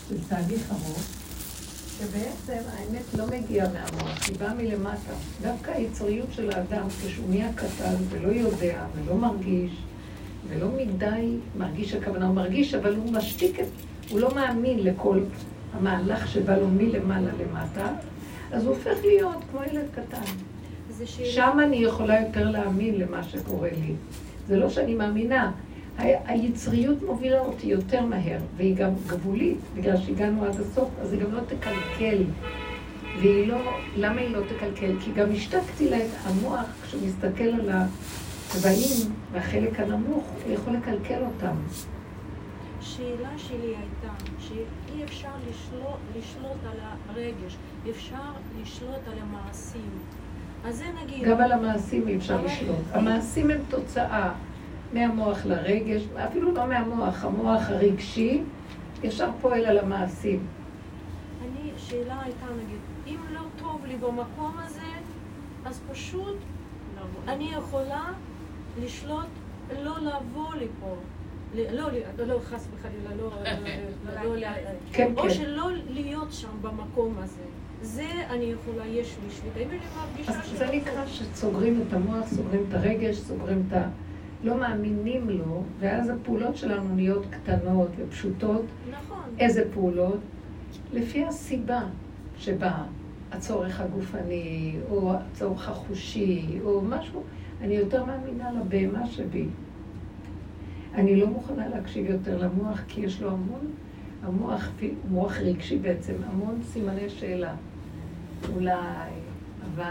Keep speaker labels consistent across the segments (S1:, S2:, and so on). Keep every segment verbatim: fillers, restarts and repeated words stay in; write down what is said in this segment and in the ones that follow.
S1: זה תהליך ארוך, שבעצם האמת לא מגיעה מהמוח, היא באה מלמטה. דווקא היצריות של האדם, כשהוא נהיה קטן ולא יודע ולא מרגיש, ולא מדי מרגיש הכוונה, הוא מרגיש, אבל הוא משתיק את, הוא לא מאמין לכל המהלך שבא לו מלמעלה למטה, אז הוא הופך להיות כמו ילד קטן. שם אני יכולה יותר להאמין למה שקורה לי. זה לא שאני מאמינה. היצריות מובילה אותי יותר מהר, והיא גם גבולית, בגלל שהגענו עד הסוף, אז היא גם לא תקלקל. והיא לא, למה היא לא תקלקל? כי גם השתקתי לה את המוח, כשהוא מסתכל על הצבעים והחלק הנמוך, הוא יכול לקלקל אותם.
S2: שאלה שלי הייתה שאי אפשר לשלוט, לשלוט על הרגש, אפשר לשלוט על המעשים. אז זה נגיד...
S1: גם על המעשים אי אפשר לשלוט. המעשים הם תוצאה מהמוח לרגש, אפילו לא מהמוח, המוח הרגשי, ישר פועל על המעשים.
S2: אני, שאלה הייתה נגיד, אם לא טוב לי במקום הזה, אז פשוט אני יכולה לשלוט, לא לבוא לפה. לא, לא, חס וחלילה, לא, או שלא להיות שם במקום הזה. זה אני יכולה, יש לי שליטה. אם אני מרגישה
S1: ש... זה נקרא שסוגרים את המוח, סוגרים את הרגש, סוגרים את ה... לא מאמינים לו, ואז הפעולות שלנו נהיות קטנות ופשוטות.
S2: נכון.
S1: איזה פעולות? לפי הסיבה שבה הצורך הגופני, או הצורך החושי, או משהו, אני יותר מאמינה לבהמה שבי. אני לא מוכנה להקשיב יותר למוח, כי יש לו המון, המוח, מוח רגשי בעצם, המון סימני שאלה. אולי, אבל,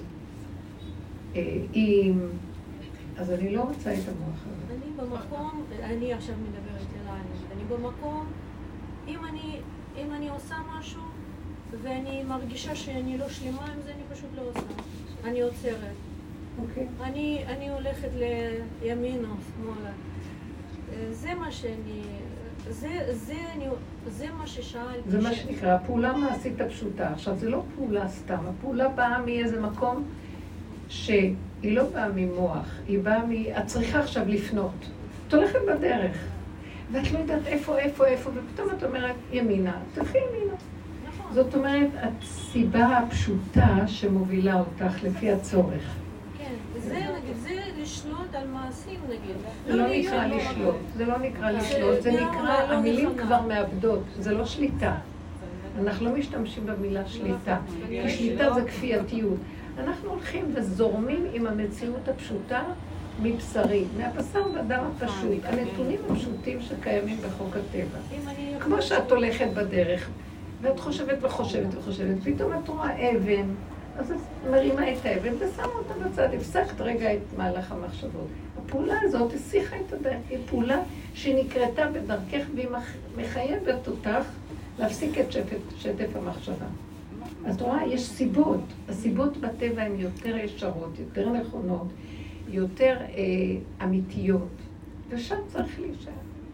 S1: אה, אם, אז אני לא רוצה את המוח הזה.
S2: אני במקום, אני עכשיו מדברת אליי, אני במקום, אם אני, אם אני עושה משהו, ואני מרגישה שאני לא שלמה עם זה, אני פשוט לא עושה. אני עוצרת.
S1: אוקיי.
S2: אני, אני הולכת לימין או שמאלה. זה מה שאני, זה, זה, אני, זה מה ששאלתי.
S1: זה מה שנקרא, הפעולה מעשית הפשוטה. עכשיו, זה לא פעולה סתם, הפעולה באה מאיזה מקום שהיא לא באה ממוח, היא באה מ... את צריכה עכשיו לפנות. את הולכת בדרך, ואת לא יודעת איפה, איפה, איפה, ופתאום את אומרת ימינה, תלכי ימינה.
S2: נכון.
S1: זאת אומרת, הסיבה הפשוטה שמובילה אותך לפי הצורך.
S2: זה, נגיד, זה לשלוט על מעשים, נגיד.
S1: זה לא נקרא לשלוט, זה לא נקרא לשלוט, זה נקרא, המילים כבר מאבדות, זה לא שליטה. אנחנו לא משתמשים במילה שליטה, כי שליטה זה כפייתיות. אנחנו הולכים וזורמים עם המציאות הפשוטה מבשרי, מהבשר ודם הפשוט, הנתונים הפשוטים שקיימים בחוק הטבע. כמו שאת הולכת בדרך, ואת חושבת וחושבת וחושבת, פתאום את רואה אבן, אז את מרימה את האבן ושמה אותה בצד, הפסקת רגע את מהלך המחשבות. הפעולה הזאת השיחה את הדרך, היא פעולה שנקראתה בדרכך והיא מחייבת אותך להפסיק את שטף, שטף המחשבה. את רואה, יש סיבות. הסיבות בטבע הן יותר ישרות, יותר נכונות, יותר אה, אמיתיות. ושם צריך להישאר.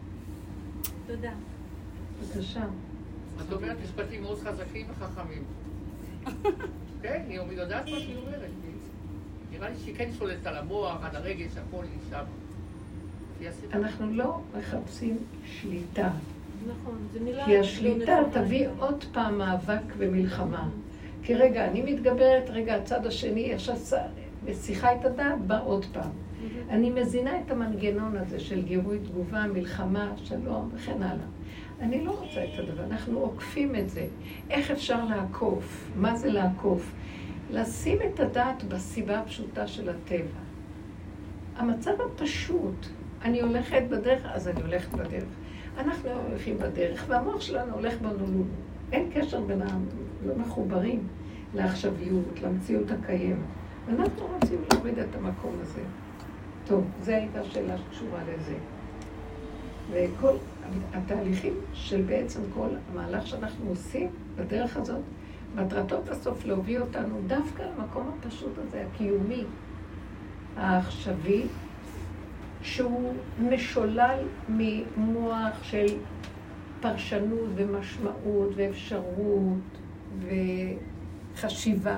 S2: תודה.
S1: בבקשה.
S3: את אומרת משפטים מאוד חזקים וחכמים. כן, היא יודעת מה שהיא אומרת. נראה לי שהיא כן שולטת על המוח, על הרגש, הכל נשאר.
S1: אנחנו לא מחפשים שליטה.
S2: נכון, זו מילה...
S1: כי השליטה תביא עוד פעם מאבק ומלחמה. כי רגע, אני מתגברת, רגע, הצד השני, עכשיו בשיחה את הדעת, בא עוד פעם. אני מזינה את המנגנון הזה של גירוי תגובה, מלחמה, שלום וכן הלאה. אני לא רוצה את הדבר, אנחנו עוקפים את זה. איך אפשר לעקוף? מה זה לעקוף? לשים את הדעת בסיבה הפשוטה של הטבע. המצב הפשוט, אני הולכת בדרך, אז אני הולכת בדרך. אנחנו הולכים בדרך, והמוח שלנו הולך בנו. אין קשר בינם, לא מחוברים לעכשוויות, למציאות הקיימת. אנחנו רוצים להוריד את המקום הזה. טוב, זו הייתה שאלה שקשורה לזה. וכל התהליכים של בעצם כל המהלך שאנחנו עושים בדרך הזאת, מטרתו בסוף להוביל אותנו דווקא למקום הפשוט הזה, הקיומי, העכשווי, שהוא משולל ממוח של פרשנות ומשמעות ואפשרות וחשיבה.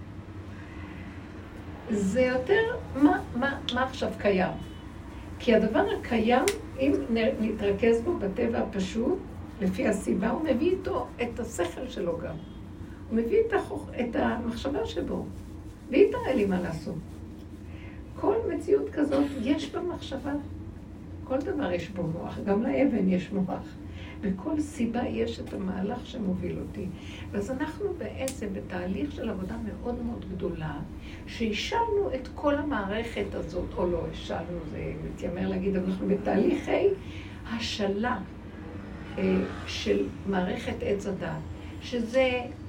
S1: זה יותר מה, מה, מה עכשיו קיים. כי הדבר הקיים, אם נתרכז בו בטבע הפשוט, לפי הסיבה, הוא מביא איתו את השכל שלו גם. הוא מביא את, החוכ... את המחשבה שבו, והיא תראה לי מה לעשות. כל מציאות כזאת יש בה מחשבה. כל דבר יש בו מוח, גם לאבן יש מוח. בכל סיבה יש את המהלך שמוביל אותי. ואז אנחנו בעצם בתהליך של עבודה מאוד מאוד גדולה, שהשלנו את כל המערכת הזאת, או לא השלנו, זה מתיימר להגיד, אבל אנחנו בתהליכי השלה אה, של מערכת עץ הדעת, שזה,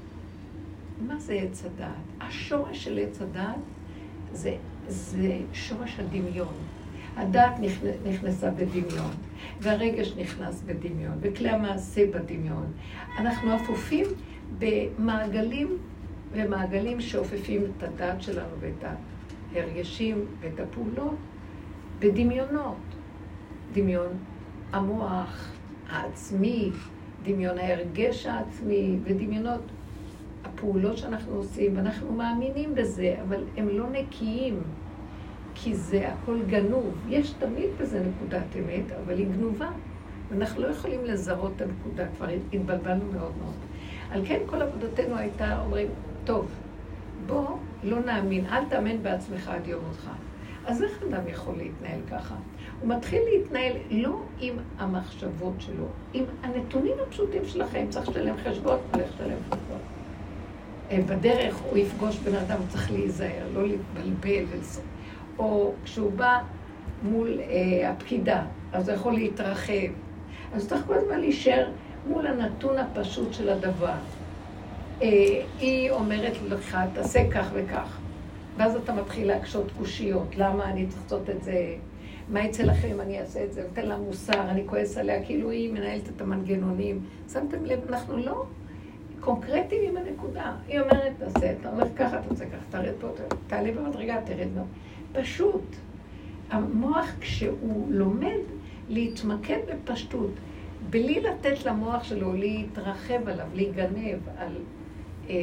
S1: מה זה עץ הדעת? השורש של עץ הדעת זה, זה שורש הדמיון. הדעת נכנסה בדמיון, והרגש נכנס בדמיון, וכלי המעשה בדמיון. אנחנו אפופים במעגלים ומעגלים שאופפים את הדעת שלנו ואת הרגשים ואת הפעולות בדמיונות. דמיון המוח העצמי, דמיון ההרגש העצמי, ודמיונות הפעולות שאנחנו עושים, ואנחנו מאמינים בזה, אבל הם לא נקיים. כי זה הכל גנוב. יש תמיד בזה נקודת אמת, אבל היא גנובה. ואנחנו לא יכולים לזהות את הנקודה, כבר התבלבלנו מאוד מאוד. על כן כל עבודתנו הייתה, אומרים, טוב, בוא לא נאמין, אל תאמן בעצמך עד יום מותך. אז איך אדם יכול להתנהל ככה? הוא מתחיל להתנהל לא עם המחשבות שלו, עם הנתונים הפשוטים שלכם, צריך לשלם חשבון, הולך לשלם חשבון. בדרך הוא יפגוש בן אדם, הוא צריך להיזהר, לא להתבלבל ולסוף. או כשהוא בא מול אה, הפקידה, אז הוא יכול להתרחב. אז צריך כל הזמן להישאר מול הנתון הפשוט של הדבר. אה, היא אומרת לך, תעשה כך וכך. ואז אתה מתחיל להקשות קושיות. למה אני צריך לעשות את זה? מה יצא לכם אם אני אעשה את זה? נותן לה מוסר, אני כועס עליה, כאילו היא מנהלת את המנגנונים. שמתם לב, אנחנו לא קונקרטיים עם הנקודה. היא אומרת, תעשה, אתה אומר ככה, אתה רוצה ככה, תרד פה, תעלה במדרגה, תרד לא. פשוט. המוח כשהוא לומד להתמקד בפשטות, בלי לתת למוח שלו להתרחב עליו, להיגנב על אה,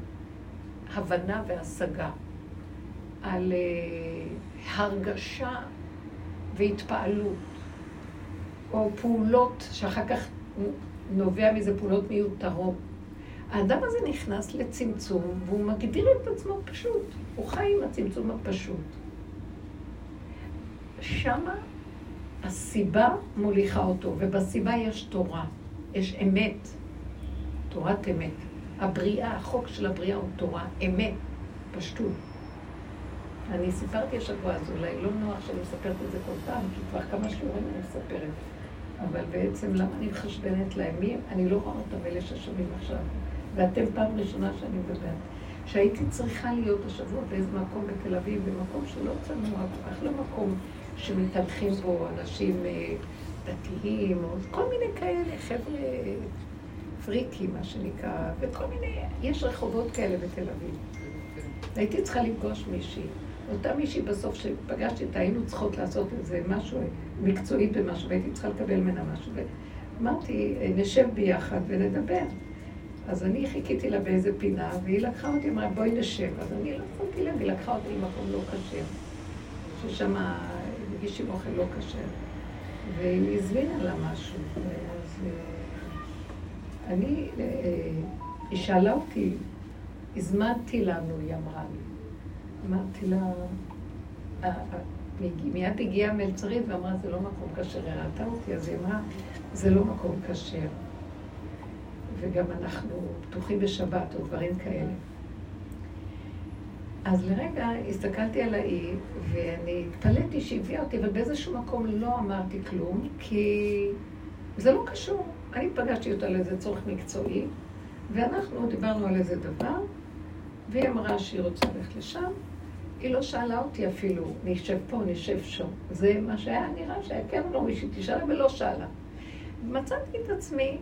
S1: הבנה והשגה, על אה, הרגשה והתפעלות, או פעולות שאחר כך נובע מזה פעולות מיותרות. האדם הזה נכנס לצמצום והוא מגדיר את עצמו פשוט. הוא חי עם הצמצום הפשוט. שמה הסיבה מוליכה אותו, ובסיבה יש תורה, יש אמת, תורת אמת. הבריאה, החוק של הבריאה הוא תורה, אמת, פשטות. אני סיפרתי השבוע, אז אולי לא נוח שאני מספרת את זה כל פעם, כי כבר כמה שיעורים אני מספרת. אבל בעצם למה אני מחשבנת להם? מי? אני לא רואה אותם אלה ששומעים עכשיו. ואתם פעם ראשונה שאני מדברת. שהייתי צריכה להיות השבוע באיזה מקום בתל אביב, במקום שלא צנוע, אך לא מקום שמתהלכים בו אנשים דתיים, או כל מיני כאלה, חבר'ה פריקים, מה שנקרא, וכל מיני, יש רחובות כאלה בתל אביב. והייתי צריכה לפגוש מישהי. אותה מישהי בסוף שפגשתי אותה, היינו צריכות לעשות איזה משהו מקצועי במשהו, והייתי צריכה לקבל ממנה משהו. ואמרתי, נשב ביחד ונדבר. אז אני חיכיתי לה באיזה פינה, והיא לקחה אותי, אמרה, בואי נשב. אז אני לא יכולתי לה, והיא לקחה אותי למקום לא כשר, ששם מגישים אוכל לא כשר. והיא הזמינה לה משהו. אז אני, היא שאלה אותי, הזמנתי לנו, היא אמרה לי. אמרתי לה, מיד הגיעה מלצרית ואמרה, זה לא מקום כשר, הראתה אותי, אז היא אמרה, זה לא מקום כשר. וגם אנחנו פתוחים בשבת או דברים כאלה. אז לרגע הסתכלתי על האי, ואני התפלאתי שהביאה אותי, אבל באיזשהו מקום לא אמרתי כלום, כי זה לא קשור. אני פגשתי אותה לאיזה צורך מקצועי, ואנחנו דיברנו על איזה דבר, והיא אמרה שהיא רוצה ללכת לשם. היא לא שאלה אותי אפילו, נשב פה, נשב שם. זה מה שהיה נראה שהיה כן או לא, מישהי תשאלה ולא שאלה. ומצאתי את עצמי,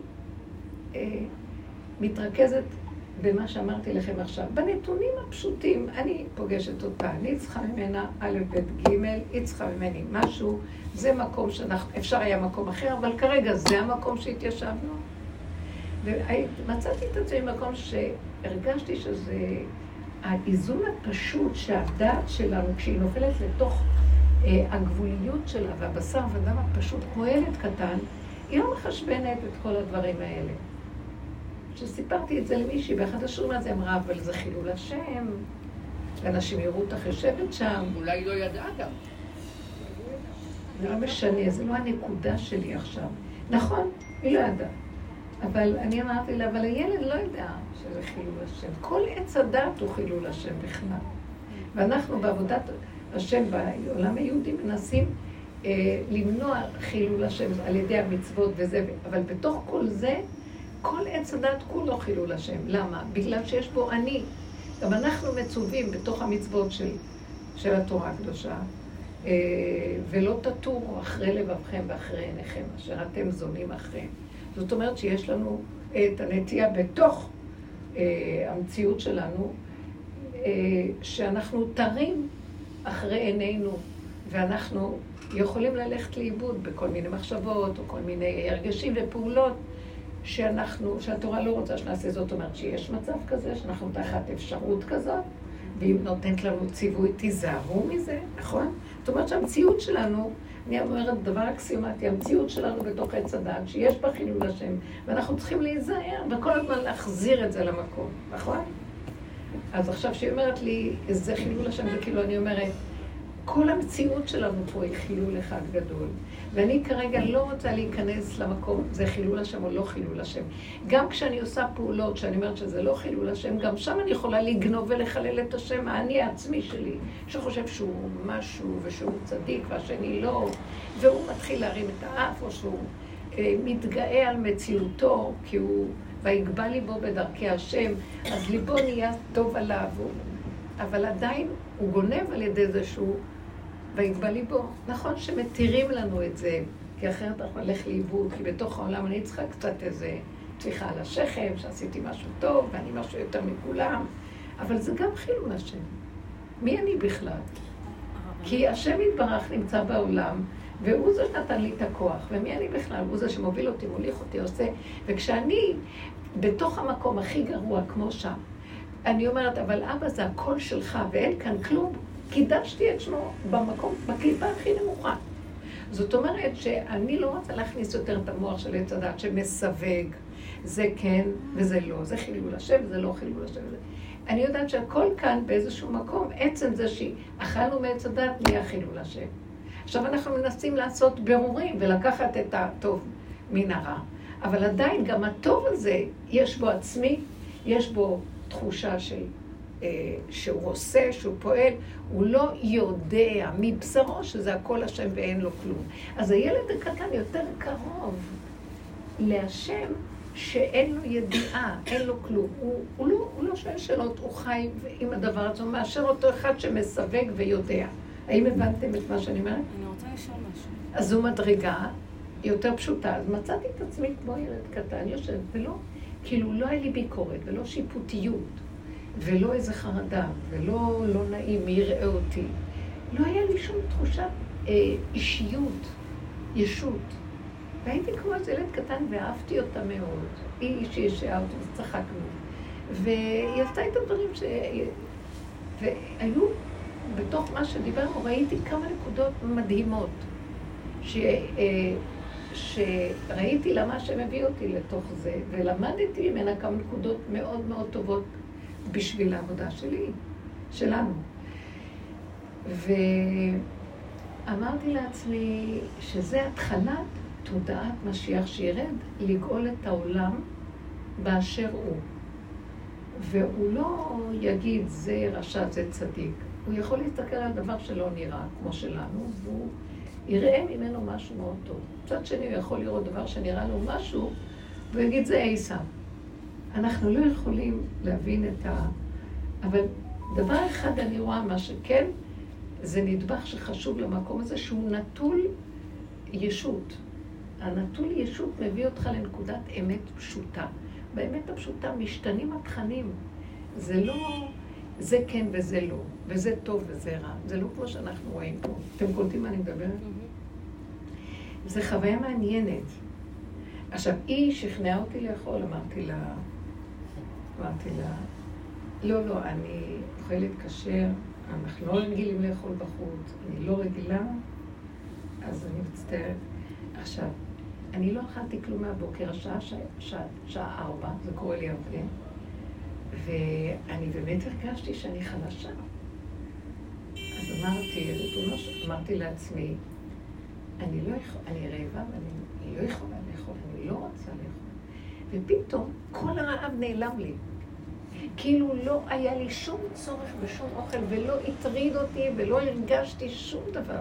S1: מתרכזת במה שאמרתי לכם עכשיו. בנתונים הפשוטים, אני פוגשת אותה, אני צריכה ממנה א' ב' ג', היא צריכה ממני משהו, זה מקום שאנחנו, אפשר היה מקום אחר, אבל כרגע זה המקום שהתיישבנו. ומצאתי את עצמי במקום שהרגשתי שזה האיזון הפשוט שהדעת שלנו, כשהיא נופלת לתוך אה, הגבוליות שלה והבשר ודם הפשוט, כמו ילד קטן, היא לא מחשבנת את כל הדברים האלה. כשסיפרתי את זה למישהי, באחד השיעורים הזה אמרה, אבל זה חילול השם, ואנשים יראו אותך יושבת שם.
S3: אולי היא לא ידעה גם.
S1: זה לא משנה, זה לא הנקודה שלי עכשיו. נכון, היא לא ידעה. אבל אני אמרתי לה, אבל הילד לא ידע שזה חילול השם. כל עץ הדעת הוא חילול השם בכלל. ואנחנו בעבודת השם, בעולם היהודי, מנסים אה, למנוע חילול השם על ידי המצוות וזה, אבל בתוך כל זה, כל עץ הדעת כולו חילול השם. למה? בגלל שיש בו אני. גם אנחנו מצווים בתוך המצוות של, של התורה הקדושה, אה, ולא תטורו אחרי לבבכם ואחרי עיניכם, אשר אתם זונים אחריהם. זאת אומרת שיש לנו את הנטייה בתוך אה, המציאות שלנו, אה, שאנחנו תרים אחרי עינינו, ואנחנו יכולים ללכת לאיבוד בכל מיני מחשבות, או כל מיני הרגשים ופעולות, שאנחנו, שהתורה לא רוצה שנעשה. זאת אומרת שיש מצב כזה, שאנחנו תחת אפשרות כזאת, והיא נותנת לנו ציווי, תיזהרו מזה, נכון? זאת אומרת שהמציאות שלנו, אני אומרת דבר אקסיומטי, המציאות שלנו בתוך עץ הדעת, שיש בה חילול השם, ואנחנו צריכים להיזהר, וכל הזמן להחזיר את זה למקום, נכון? אז עכשיו שהיא אומרת לי, זה חילול השם, זה כאילו אני אומרת, כל המציאות שלנו פה היא חילול אחד גדול, ואני כרגע לא רוצה להיכנס למקום, זה חילול השם או לא חילול השם. גם כשאני עושה פעולות, שאני אומרת שזה לא חילול השם, גם שם אני יכולה לגנוב ולחלל את השם, האני העצמי שלי, שחושב שהוא משהו ושהוא צדיק והשני לא, והוא מתחיל להרים את האף, או שהוא אה, מתגאה על מציאותו, כי הוא, ויגבה ליבו בדרכי השם, אז ליבו נהיה טוב עליו, אבל עדיין הוא גונב על ידי זה שהוא ויגבה ליבו. נכון שמתירים לנו את זה, כי אחרת אנחנו נלך לאיבוד, כי בתוך העולם אני צריכה קצת איזה תפיחה על השכם, שעשיתי משהו טוב, ואני משהו יותר מכולם, אבל זה גם חילול השם. מי אני בכלל? כי השם יתברך נמצא בעולם, והוא זה שנתן לי את הכוח, ומי אני בכלל? הוא זה שמוביל אותי, מוליך אותי, עושה, וכשאני בתוך המקום הכי גרוע כמו שם, אני אומרת, אבל אבא זה הכל שלך ואין כאן כלום, קידשתי את שמו במקום, בקליפה הכי נמוכה. זאת אומרת שאני לא רוצה להכניס יותר את המוח של עץ הדת שמסווג, זה כן וזה לא, זה חילול השם, זה לא חילול השם. אני יודעת שהכל כאן באיזשהו מקום, עצם זה שאכלנו מעץ הדת נהיה חילול השם. עכשיו אנחנו מנסים לעשות ברורים ולקחת את הטוב מן הרע, אבל עדיין גם הטוב הזה, יש בו עצמי, יש בו תחושה של, אה, שהוא עושה, שהוא פועל, הוא לא יודע מבשרו שזה הכל השם ואין לו כלום. אז הילד הקטן יותר קרוב להשם שאין לו ידיעה, אין לו כלום. הוא, הוא, לא, הוא לא שואל שאלות, הוא חי עם הדבר הזה, הוא מאשר אותו אחד שמסווג ויודע. האם הבנתם את מה שאני אומרת?
S2: אני רוצה לשאול משהו.
S1: אז זו מדרגה יותר פשוטה. אז מצאתי את עצמי כמו ילד קטן, יושב, ולא, כאילו לא היה לי ביקורת, ולא שיפוטיות, ולא איזה חרדה, ולא לא נעים, מי יראה אותי. לא היה לי שום תחושת אה, אישיות, ישות. והייתי כמו איזה ילד קטן ואהבתי אותה מאוד. היא שישעה אותי, וצחקנו. והיא עשתה את הדברים ש... והיו, בתוך מה שדיברנו, ראיתי כמה נקודות מדהימות. ש... אה, שראיתי למה שמביא אותי לתוך זה, ולמדתי ממנה כמה נקודות מאוד מאוד טובות בשביל העבודה שלי, שלנו. ואמרתי לעצמי שזה התחלת תודעת משיח שירד לגאול את העולם באשר הוא. והוא לא יגיד זה רשע, זה צדיק. הוא יכול להסתכל על דבר שלא נראה כמו שלנו, והוא יראה ממנו משהו מאוד טוב. מצד שני, הוא יכול לראות דבר שנראה לו משהו, והוא יגיד, זה עשיו. אנחנו לא יכולים להבין את ה... אבל דבר אחד אני רואה, מה שכן, זה נדבך שחשוב למקום הזה, שהוא נטול ישות. הנטול ישות מביא אותך לנקודת אמת פשוטה. באמת הפשוטה משתנים התכנים. זה לא... זה כן וזה לא, וזה טוב וזה רע. זה לא כמו שאנחנו רואים פה. אתם קולטים מה אני מדברת? זו חוויה מעניינת. עכשיו, היא שכנעה אותי לאכול, אמרתי לה, אמרתי לה, לא, לא, אני אוכלת כשר, אנחנו לא רגילים לאכול בחוץ, אני לא רגילה, אז אני מצטערת. עכשיו, אני לא אכלתי כלום מהבוקר, השעה שעה, שעה ארבע, זה קורה לי הרבה, ואני באמת הרגשתי שאני חלשה. אז אמרתי, אמרתי לעצמי, אני לא יכול, אני רעבה ואני לא יכולה לאכול, אני לא רוצה לאכול. ופתאום כל הרעב נעלם לי. כאילו לא היה לי שום צורך בשום אוכל, ולא הטריד אותי, ולא הרגשתי שום דבר.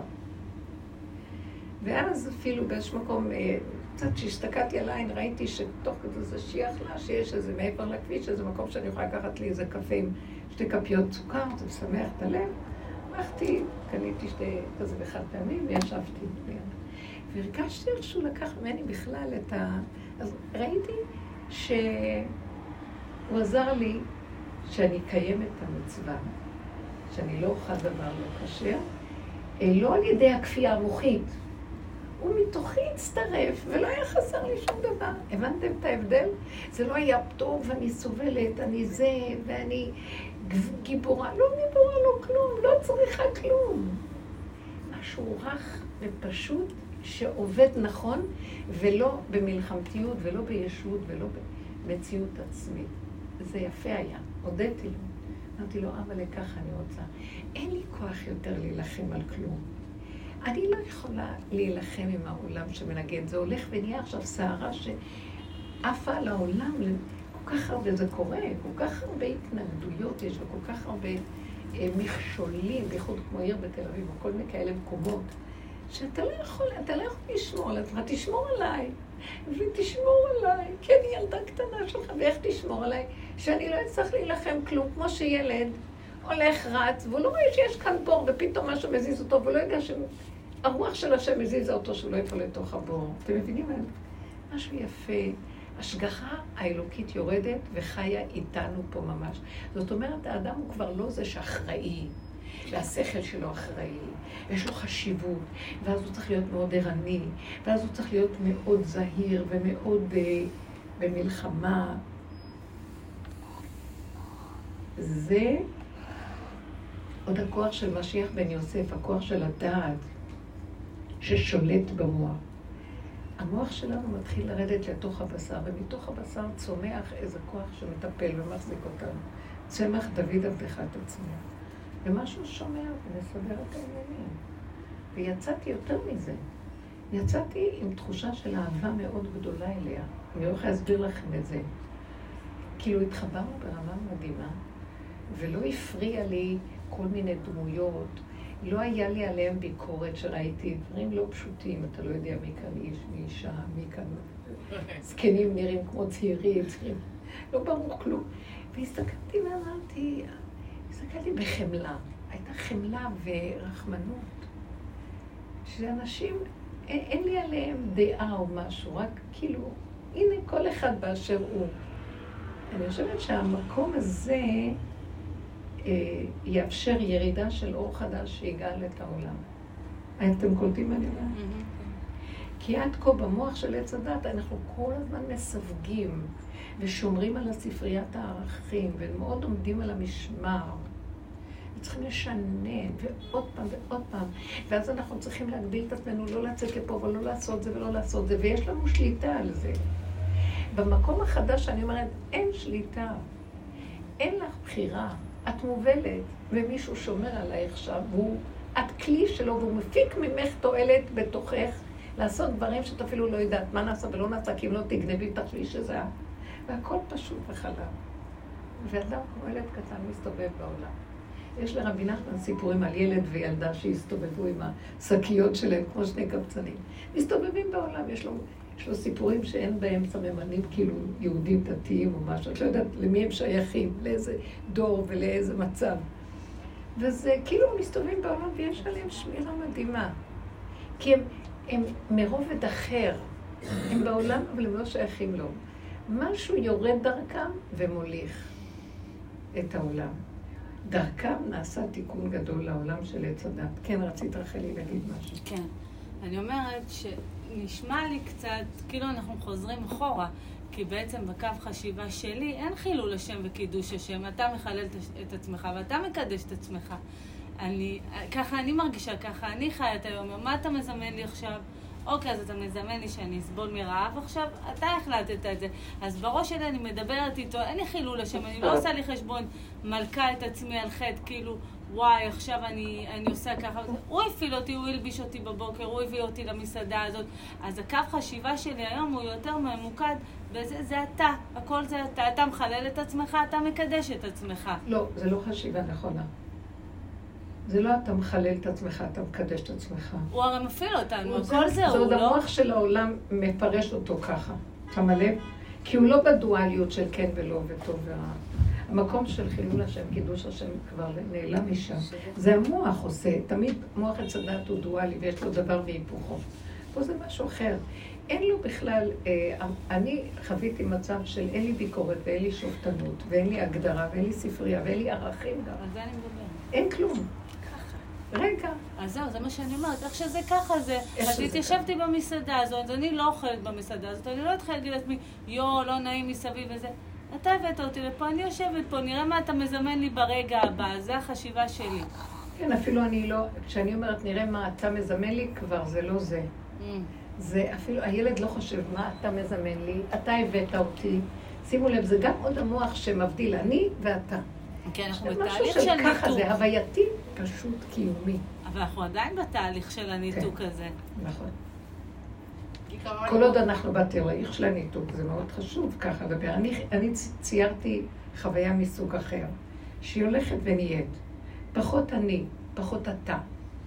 S1: ואז אפילו באיזשהו מקום, קצת שהשתקעתי על העין, ראיתי שתוך כזה זה שיח לה, שיש איזה מעבר לכביש, איזה מקום שאני יכולה לקחת לי איזה קפה עם שתי כפיות סוכר, זה משמח את הלב. הלכתי, קניתי שתי כזה באחד פעמים, וישבתי ליד. והרגשתי איכשהו לקח ממני בכלל את ה... אז ראיתי שהוא עזר לי שאני אקיים את המצווה, שאני לא אוכל דבר לא כשר, לא על ידי הכפייה המוחית. הוא מתוכי הצטרף, ולא היה חסר לי שום דבר. הבנתם את ההבדל? זה לא היה טוב, אני סובלת, אני זה, ואני גיבורה. לא גיבורה, לא כלום, לא צריכה כלום. משהו רך ופשוט שעובד נכון, ולא במלחמתיות, ולא בישות, ולא במציאות עצמית. זה יפה היה, הודיתי לו. אמרתי לו, אבל לכך אני רוצה. אין לי כוח יותר להילחם על כלום. אני לא יכולה להילחם עם העולם שמנגן. זה הולך ונהיה עכשיו סערה שעפה על העולם. כל כך הרבה זה קורה, כל כך הרבה התנגדויות יש, וכל כך הרבה אה, מכשולים, בייחוד כמו עיר בתל אביב, וכל מיני כאלה מקומות, שאתה לא יכול, אתה לא יכול לשמור על עצמך, תשמור עליי, ותשמור עליי, כי אני ילדה קטנה שלך, ואיך תשמור עליי? שאני לא אצטרך להילחם כלום, כמו שילד הולך רץ, והוא לא רואה שיש כאן בור, ופתאום משהו מזיז אותו, והוא לא יודע שהרוח של השם מזיזה אותו, שהוא לא יפול לתוך הבור. אתם מבינים מה? משהו יפה. השגחה האלוקית יורדת וחיה איתנו פה ממש. זאת אומרת, האדם הוא כבר לא זה שאחראי, והשכל שלו אחראי, ויש לו חשיבות, ואז הוא צריך להיות מאוד ערני, ואז הוא צריך להיות מאוד זהיר ומאוד uh, במלחמה. זה עוד הכוח של משיח בן יוסף, הכוח של הדעת ששולט במוח. המוח שלנו מתחיל לרדת לתוך הבשר, ומתוך הבשר צומח איזה כוח שמטפל ומחזיק אותנו. צמח דוד עבדך תצמיח. ומשהו שומע ומסדר את העניינים. ויצאתי יותר מזה. יצאתי עם תחושה של אהבה מאוד גדולה אליה. אני הולך להסביר לכם את זה. כאילו התחברנו ברמה מדהימה, ולא הפריע לי כל מיני דמויות, לא היה לי עליהם ביקורת שראיתי, דברים לא פשוטים, אתה לא יודע מי כאן איש, מי אישה, מי כאן זקנים נראים כמו צעירים, צעירים, לא ברור כלום. והסתכלתי ואמרתי, הסתכלתי בחמלה, הייתה חמלה ורחמנות, שאנשים, אין, אין לי עליהם דעה או משהו, רק כאילו, הנה כל אחד באשר הוא. אני חושבת שהמקום הזה אה, יאפשר ירידה של אור חדש שיגאל את העולם. אתם קולטים מה אני אומרת? כי עד כה במוח של עץ הדת אנחנו כל הזמן מסווגים ושומרים על הספריית הערכים ומאוד עומדים על המשמר. צריכים לשנן ועוד פעם ועוד פעם. ואז אנחנו צריכים להגביל את עצמנו לא לצאת לפה ולא לעשות זה ולא לעשות זה, ויש לנו שליטה על זה. במקום החדש אני אומרת, אין שליטה, אין לך בחירה, את מובלת, ומישהו שומר עלייך שם, והוא, את כלי שלו, והוא מפיק ממך תועלת בתוכך, לעשות דברים שאת אפילו לא יודעת מה נעשה ולא נעשה, כי אם לא תגנבי תחשבי שזה, והכל פשוט וחלק. ואדם כמו ילד קטן מסתובב בעולם. יש לרבי נחמן סיפורים על ילד וילדה שהסתובבו עם השקיות שלהם, כמו שני קבצנים. מסתובבים בעולם, יש לו... יש לו סיפורים שאין בהם סממנים כאילו יהודים דתיים או משהו, את לא יודעת למי הם שייכים, לאיזה דור ולאיזה מצב. וזה כאילו מסתובבים בעולם ויש עליהם שמירה מדהימה. כי הם, הם מרובד אחר, הם בעולם אבל הם לא שייכים לו. משהו יורד דרכם ומוליך את העולם. דרכם נעשה תיקון גדול לעולם של עץ הדת. כן, רצית רחלי להגיד משהו.
S4: כן, אני אומרת ש... נשמע לי קצת, כאילו אנחנו חוזרים אחורה, כי בעצם בקו חשיבה שלי אין חילול השם וקידוש השם, אתה מחלל את עצמך ואתה מקדש את עצמך. אני, ככה אני מרגישה, ככה אני חיה את היום, מה אתה מזמן לי עכשיו? אוקיי, אז אתה מזמן לי שאני אסבול מרעב עכשיו, אתה החלטת את זה. אז בראש שלי אני מדברת איתו, אין לי חילול השם, אני לא עושה לי חשבון, מלכה את עצמי על חטא, כאילו, וואי, עכשיו אני, אני עושה ככה. הוא הפעיל אותי, הוא הלביש אותי בבוקר, הוא הביא אותי למסעדה הזאת. אז הקו חשיבה שלי היום הוא יותר ממוקד, וזה זה אתה, הכל זה אתה. אתה מחלל את עצמך, אתה מקדש את עצמך.
S1: לא, זה לא חשיבה נכונה. זה לא אתה מחלל את עצמך, אתה מקדש את עצמך.
S4: הוא הרי מפעיל אותנו, הכל זה,
S1: זה
S4: הוא
S1: עוד
S4: לא...
S1: המוח של העולם מפרש אותו ככה. אתה מלא? כי הוא לא בדואליות של כן ולא וטוב ורע. המקום של חילול השם, קידוש השם כבר נעלם משם. זה המוח עושה, תמיד מוח עץ הדעת הוא דואלי ויש לו דבר והיפוכו. פה זה משהו אחר. אין לו בכלל, אה, אני חוויתי מצב של אין לי ביקורת ואין לי שופטנות ואין לי הגדרה ואין לי ספרייה ואין לי ערכים גם.
S4: על זה אני מדבר.
S1: אין כלום. רגע.
S4: אז זהו, זה מה שאני אומרת, איך שזה ככה זה. אז התיישבתי במסעדה הזאת, אני לא אוכלת במסעדה הזאת, אני לא אתחיל להגיד לעצמי, יו, לא נעים מסביב וזה. אתה הבאת אותי לפה, אני יושבת פה, נראה מה אתה מזמן לי ברגע הבא, זה החשיבה שלי.
S1: כן, אפילו אני לא, כשאני אומרת נראה מה אתה מזמן לי, כבר זה לא זה. זה אפילו, הילד לא חושב מה אתה מזמן לי, אתה הבאת אותי. שימו לב, זה גם עוד המוח שמבדיל, אני ואתה.
S4: כן, אנחנו בתהליך
S1: משהו
S4: של ניתוק.
S1: ככה, זה הווייתי, פשוט קיומי.
S4: אבל אנחנו עדיין בתהליך של הניתוק הזה.
S1: נכון. כל עוד אנחנו בתהליך של הניתוק, זה מאוד חשוב ככה לדבר. אני, אני ציירתי חוויה מסוג אחר, שהיא הולכת ונהיית. פחות אני, פחות אתה.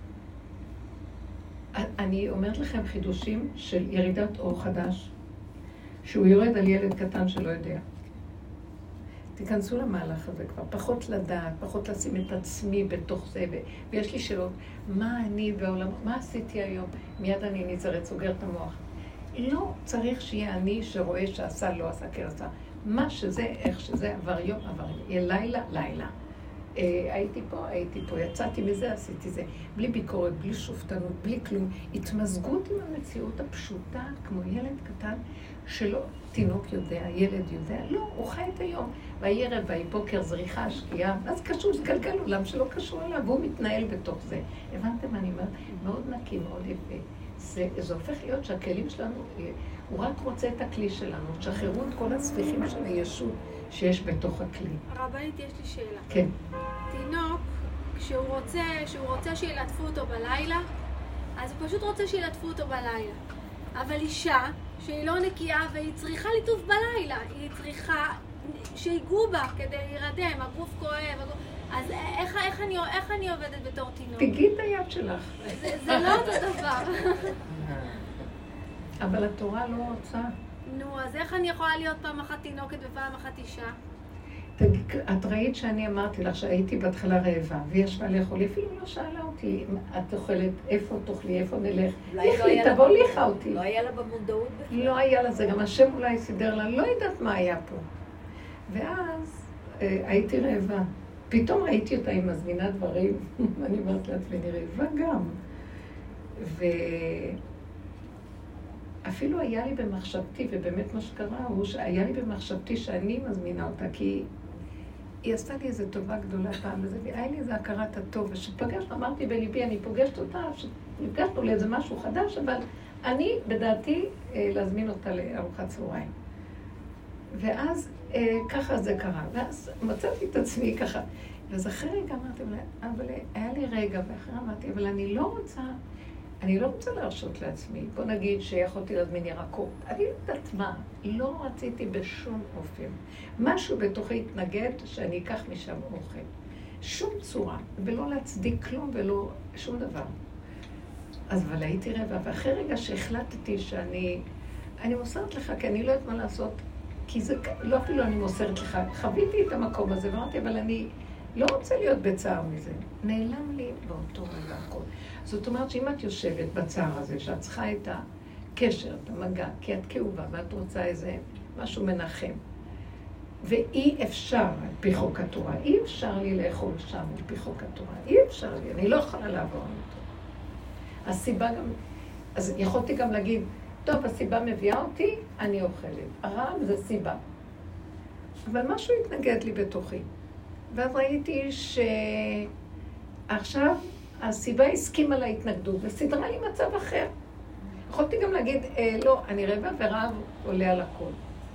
S1: אני אומרת לכם חידושים של ירידת אור חדש, שהוא יורד על ילד קטן שלא יודע. תיכנסו למהלך הזה כבר, פחות לדעת, פחות לשים את עצמי בתוך זה, ו... ויש לי שאלות, מה אני בעולם, מה עשיתי היום? מיד אני נזרת, סוגר את המוח. לא צריך שיהיה אני שרואה שעשה, לא עשה, כן עשה. מה שזה, איך שזה, עבר יום, עבר יום. יהיה לילה, לילה. אה, הייתי פה, הייתי פה, יצאתי מזה, עשיתי זה. בלי ביקורת, בלי שופטנות, בלי כלום. התמזגות עם המציאות הפשוטה, כמו ילד קטן, שלא תינוק יודע, ילד יודע. לא, הוא חי את היום. והערב, והבוקר, זריחה, שקיעה. אז קשור, זה גלגל עולם שלא קשור אליו, והוא מתנהל בתוך זה. הבנתם מה אני אומרת? מאוד נקי, מאוד יפה. זה, זה הופך להיות שהכלים שלנו, הוא רק רוצה את הכלי שלנו, שחררו את כל הספיחים של הישות שיש בתוך הכלי.
S5: הרבנית, יש לי שאלה.
S1: כן.
S5: תינוק, כשהוא רוצה, כשהוא רוצה שילטפו אותו בלילה, אז הוא פשוט רוצה שילטפו אותו בלילה. אבל אישה, שהיא לא נקייה והיא צריכה ליטוף בלילה, היא צריכה שיגעו בה כדי להירדם, הגוף כואב, הגוף... אז איך, איך, אני, איך אני עובדת בתור תינוק?
S1: תגיעי את היד שלך.
S5: זה, זה לא אותו דבר.
S1: אבל התורה לא רוצה.
S5: נו, אז איך אני יכולה להיות פעם אחת תינוקת ופעם אחת אישה?
S1: תגיד, את ראית שאני אמרתי לך שהייתי בהתחלה רעבה, והיא ישבה לאכול, אפילו לא שאלה אותי, את אוכלת, איפה תאכלי, איפה נלך? לכי, תבוא ליחה אותי.
S6: לא היה לה במודעות בכלל.
S1: לא היה לה זה, גם השם אולי סידר לה, לא יודעת מה היה פה. ואז אה, הייתי רעבה. פתאום ראיתי אותה, היא מזמינה דברים, אני אומרת לעצמי, אני רעבה גם. ואפילו היה לי במחשבתי, ובאמת מה שקרה הוא שהיה לי במחשבתי שאני מזמינה אותה, כי היא עשתה לי איזו טובה גדולה פעם, והיה לי איזו הכרת הטוב, ושפגשנו, אמרתי בליבי, אני פוגשת אותה, שנפגשנו לאיזה משהו חדש, אבל אני בדעתי להזמין אותה לארוחת צהריים. ואז אה, ככה זה קרה, ואז מצאתי את עצמי ככה. ואז אחרי רגע אמרתי, אבל היה לי רגע, ואחרי אמרתי, אבל אני לא רוצה, אני לא רוצה להרשות לעצמי. בוא נגיד שיכולתי להזמין ירקות. אני לא יודעת מה, לא רציתי בשום אופן. משהו בתוכי התנגד שאני אקח משם אוכל. שום צורה, ולא להצדיק כלום ולא שום דבר. אז אבל הייתי רעבה, ואחרי רגע שהחלטתי שאני, אני מוסרת לך, כי אני לא יודעת מה לעשות, כי זה, לא אפילו אני מוסרת לך, חוויתי את המקום הזה, ואמרתי, אבל אני לא רוצה להיות בצער מזה. נעלם לי באותו רגע הכל. זאת אומרת שאם את יושבת בצער הזה, שאת צריכה את הקשר, את המגע, כי את כאובה, ואת רוצה איזה משהו מנחם, ואי אפשר, על פי חוק התורה, אי אפשר לי לאכול שם, על פי חוק התורה, אי אפשר לי, אני לא יכולה לעבור אותו. הסיבה גם, אז יכולתי גם להגיד, טוב, הסיבה מביאה אותי, אני אוכלת. הרעב זה סיבה. אבל משהו התנגד לי בתוכי. ואז ראיתי שעכשיו הסיבה הסכימה להתנגדות, וסדרה לי מצב אחר. יכולתי גם להגיד, אה, לא, אני רעבה ורעב עולה על הכל.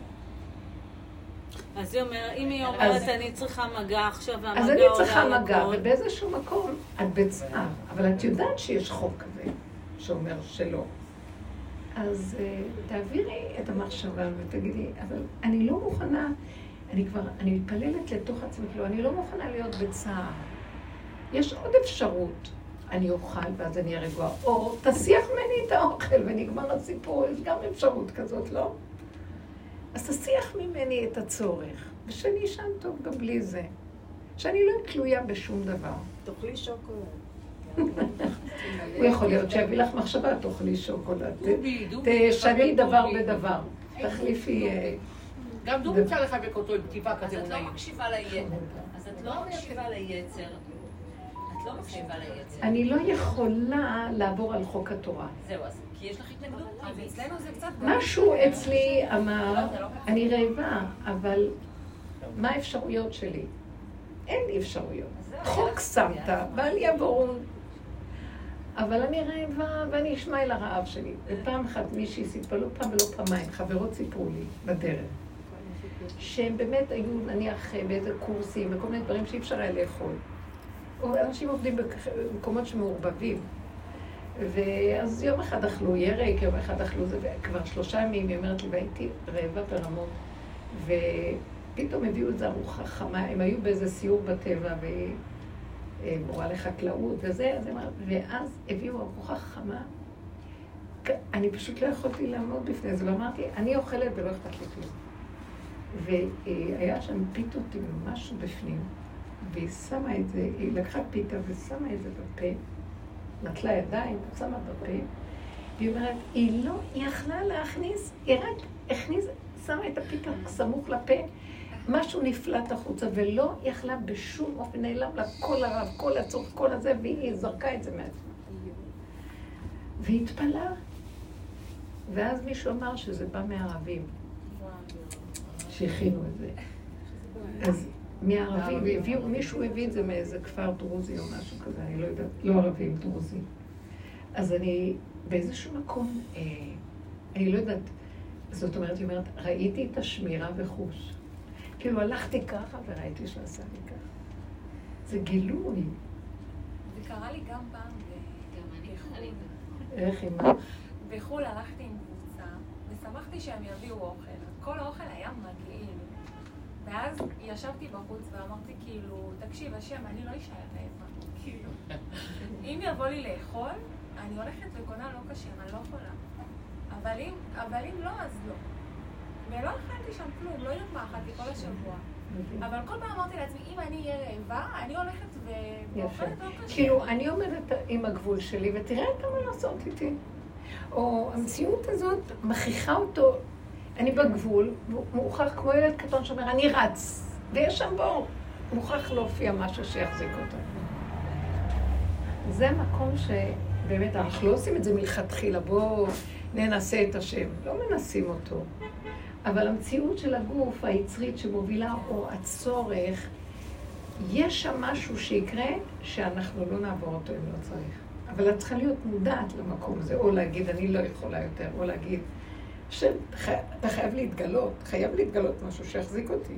S4: אז היא אומרת, אם היא אומרת, אני צריכה מגע עכשיו, והמגע
S1: אז אני
S4: עולה
S1: צריכה
S4: על
S1: מגע,
S4: הכל.
S1: ובאיזשהו מקום את בצער, אבל את יודעת שיש חוק כזה שאומר שלא. אז uh, תעבירי את המחשבה ותגידי, אבל אני לא מוכנה, אני כבר, אני מתפללת לתוך עצמי, כאילו, אני לא מוכנה להיות בצער. יש עוד אפשרות, אני אוכל ואז אני ארגוע, או תסיח ממני את האוכל ונגמר הסיפור, יש גם אפשרות כזאת, לא? אז תסיח ממני את הצורך, ושאני אשן טוב גם בלי זה. שאני לא תלויה בשום דבר.
S6: תאכלי שוקולד.
S1: הוא יכול להיות שיביא לך מחשבה, תאכלי שוקולד.
S3: דובי, דובי.
S1: תשני דבר בדבר. תחליפי...
S3: גם דובי אפשר לחבק אותו עם כתיבה
S7: אז
S3: כזה
S7: את לא
S3: אונאי.
S7: מקשיבה ליצר. אז את לא מקשיבה ליצר. את לא מקשיבה ליצר.
S1: אני לא יכולה לעבור על חוק התורה.
S7: זהו, אז כי יש לך התנגדות. אז אצלנו זה קצת...
S1: משהו אצלי אמר, אני רעבה, אבל מה האפשרויות שלי? אין לי אפשרויות. חוק שמת, בעל יעבור. אבל אני רעבה ואני אשמע אל הרעב שלי. ופעם אחת מישהי סיפרה, לא פעם ולא פעמיים, חברות סיפרו לי בדרך, שהם באמת היו נניח באיזה קורסים וכל מיני דברים שאי אפשר היה לאכול. אנשים עובדים במקומות שמעורבבים. ואז יום אחד אכלו ירק, יום אחד אכלו זה, וכבר שלושה ימים היא אומרת לי, והייתי רעבה ברמות. ופתאום הביאו איזו ארוחה חמה, הם היו באיזה סיור בטבע, והיא מורה לחקלאות וזה, אז אמרת, ואז הביאו ארוחה חמה. אני פשוט לא יכולתי לעמוד בפני זה, ואמרתי, אני אוכלת ולא אכפת לי כלום. והיה שם פיתות עם משהו בפנים, והיא שמה את זה, היא לקחה פיתה ושמה את זה בפה, נטלה ידיים, שמה בפה, והיא אומרת, היא לא יכלה להכניס, היא רק הכניס, שמה את הפיתה סמוך לפה, משהו נפלט החוצה, ולא יכלה בשום אופן, נעלם לה כל הרב, כל הצורך, כל הזה, והיא זרקה את זה מעצמה. והיא התפלה. ואז מישהו אמר שזה בא מהערבים, שהכינו את זה. אז מהערבים, הביאו, מישהו הביא את זה מאיזה כפר דרוזי או משהו כזה, אני לא יודעת, לא ערבים, דרוזי. אז אני באיזשהו מקום, אה, אני לא יודעת, זאת אומרת, היא אומרת, ראיתי את השמירה וחוש. כאילו הלכתי ככה וראיתי שעשה לי ככה. זה גילוי.
S8: זה קרה לי גם פעם בחו"ל.
S1: איך עם מה?
S8: בחו"ל הלכתי עם קבוצה, ושמחתי שהם יביאו אוכל. כל האוכל היה מגעיל. ואז ישבתי בחוץ ואמרתי כאילו, תקשיב, השם, אני לא אשאר רעבה. כאילו, אם יבוא לי לאכול, אני הולכת וקונה לא כשר, אני לא יכולה. אבל אם, אבל אם לא, אז לא. ולא אכלתי שם כלום, לא יודעת מה אכלתי כל השבוע. אבל כל פעם אמרתי לעצמי, אם אני אהיה רעבה, אני הולכת ואוכלת לא כשר.
S1: כאילו, אני עומדת עם הגבול שלי, ותראה את מה לעשות איתי. או המציאות הזאת מכריחה אותו, אני בגבול, והוא מוכרח כמו ילד קטן שאומר, אני רץ, ויש שם בור, מוכרח להופיע משהו שיחזיק אותו. זה מקום שבאמת, אנחנו לא עושים את זה מלכתחילה, בואו ננסה את השם, לא מנסים אותו. אבל המציאות של הגוף, היצרית שמובילה, או הצורך, יש שם משהו שיקרה שאנחנו לא נעבור אותו אם לא צריך. אבל את צריכה להיות מודעת למקום הזה, או להגיד, אני לא יכולה יותר, או להגיד, שאתה חייב להתגלות, חייב להתגלות משהו שיחזיק אותי.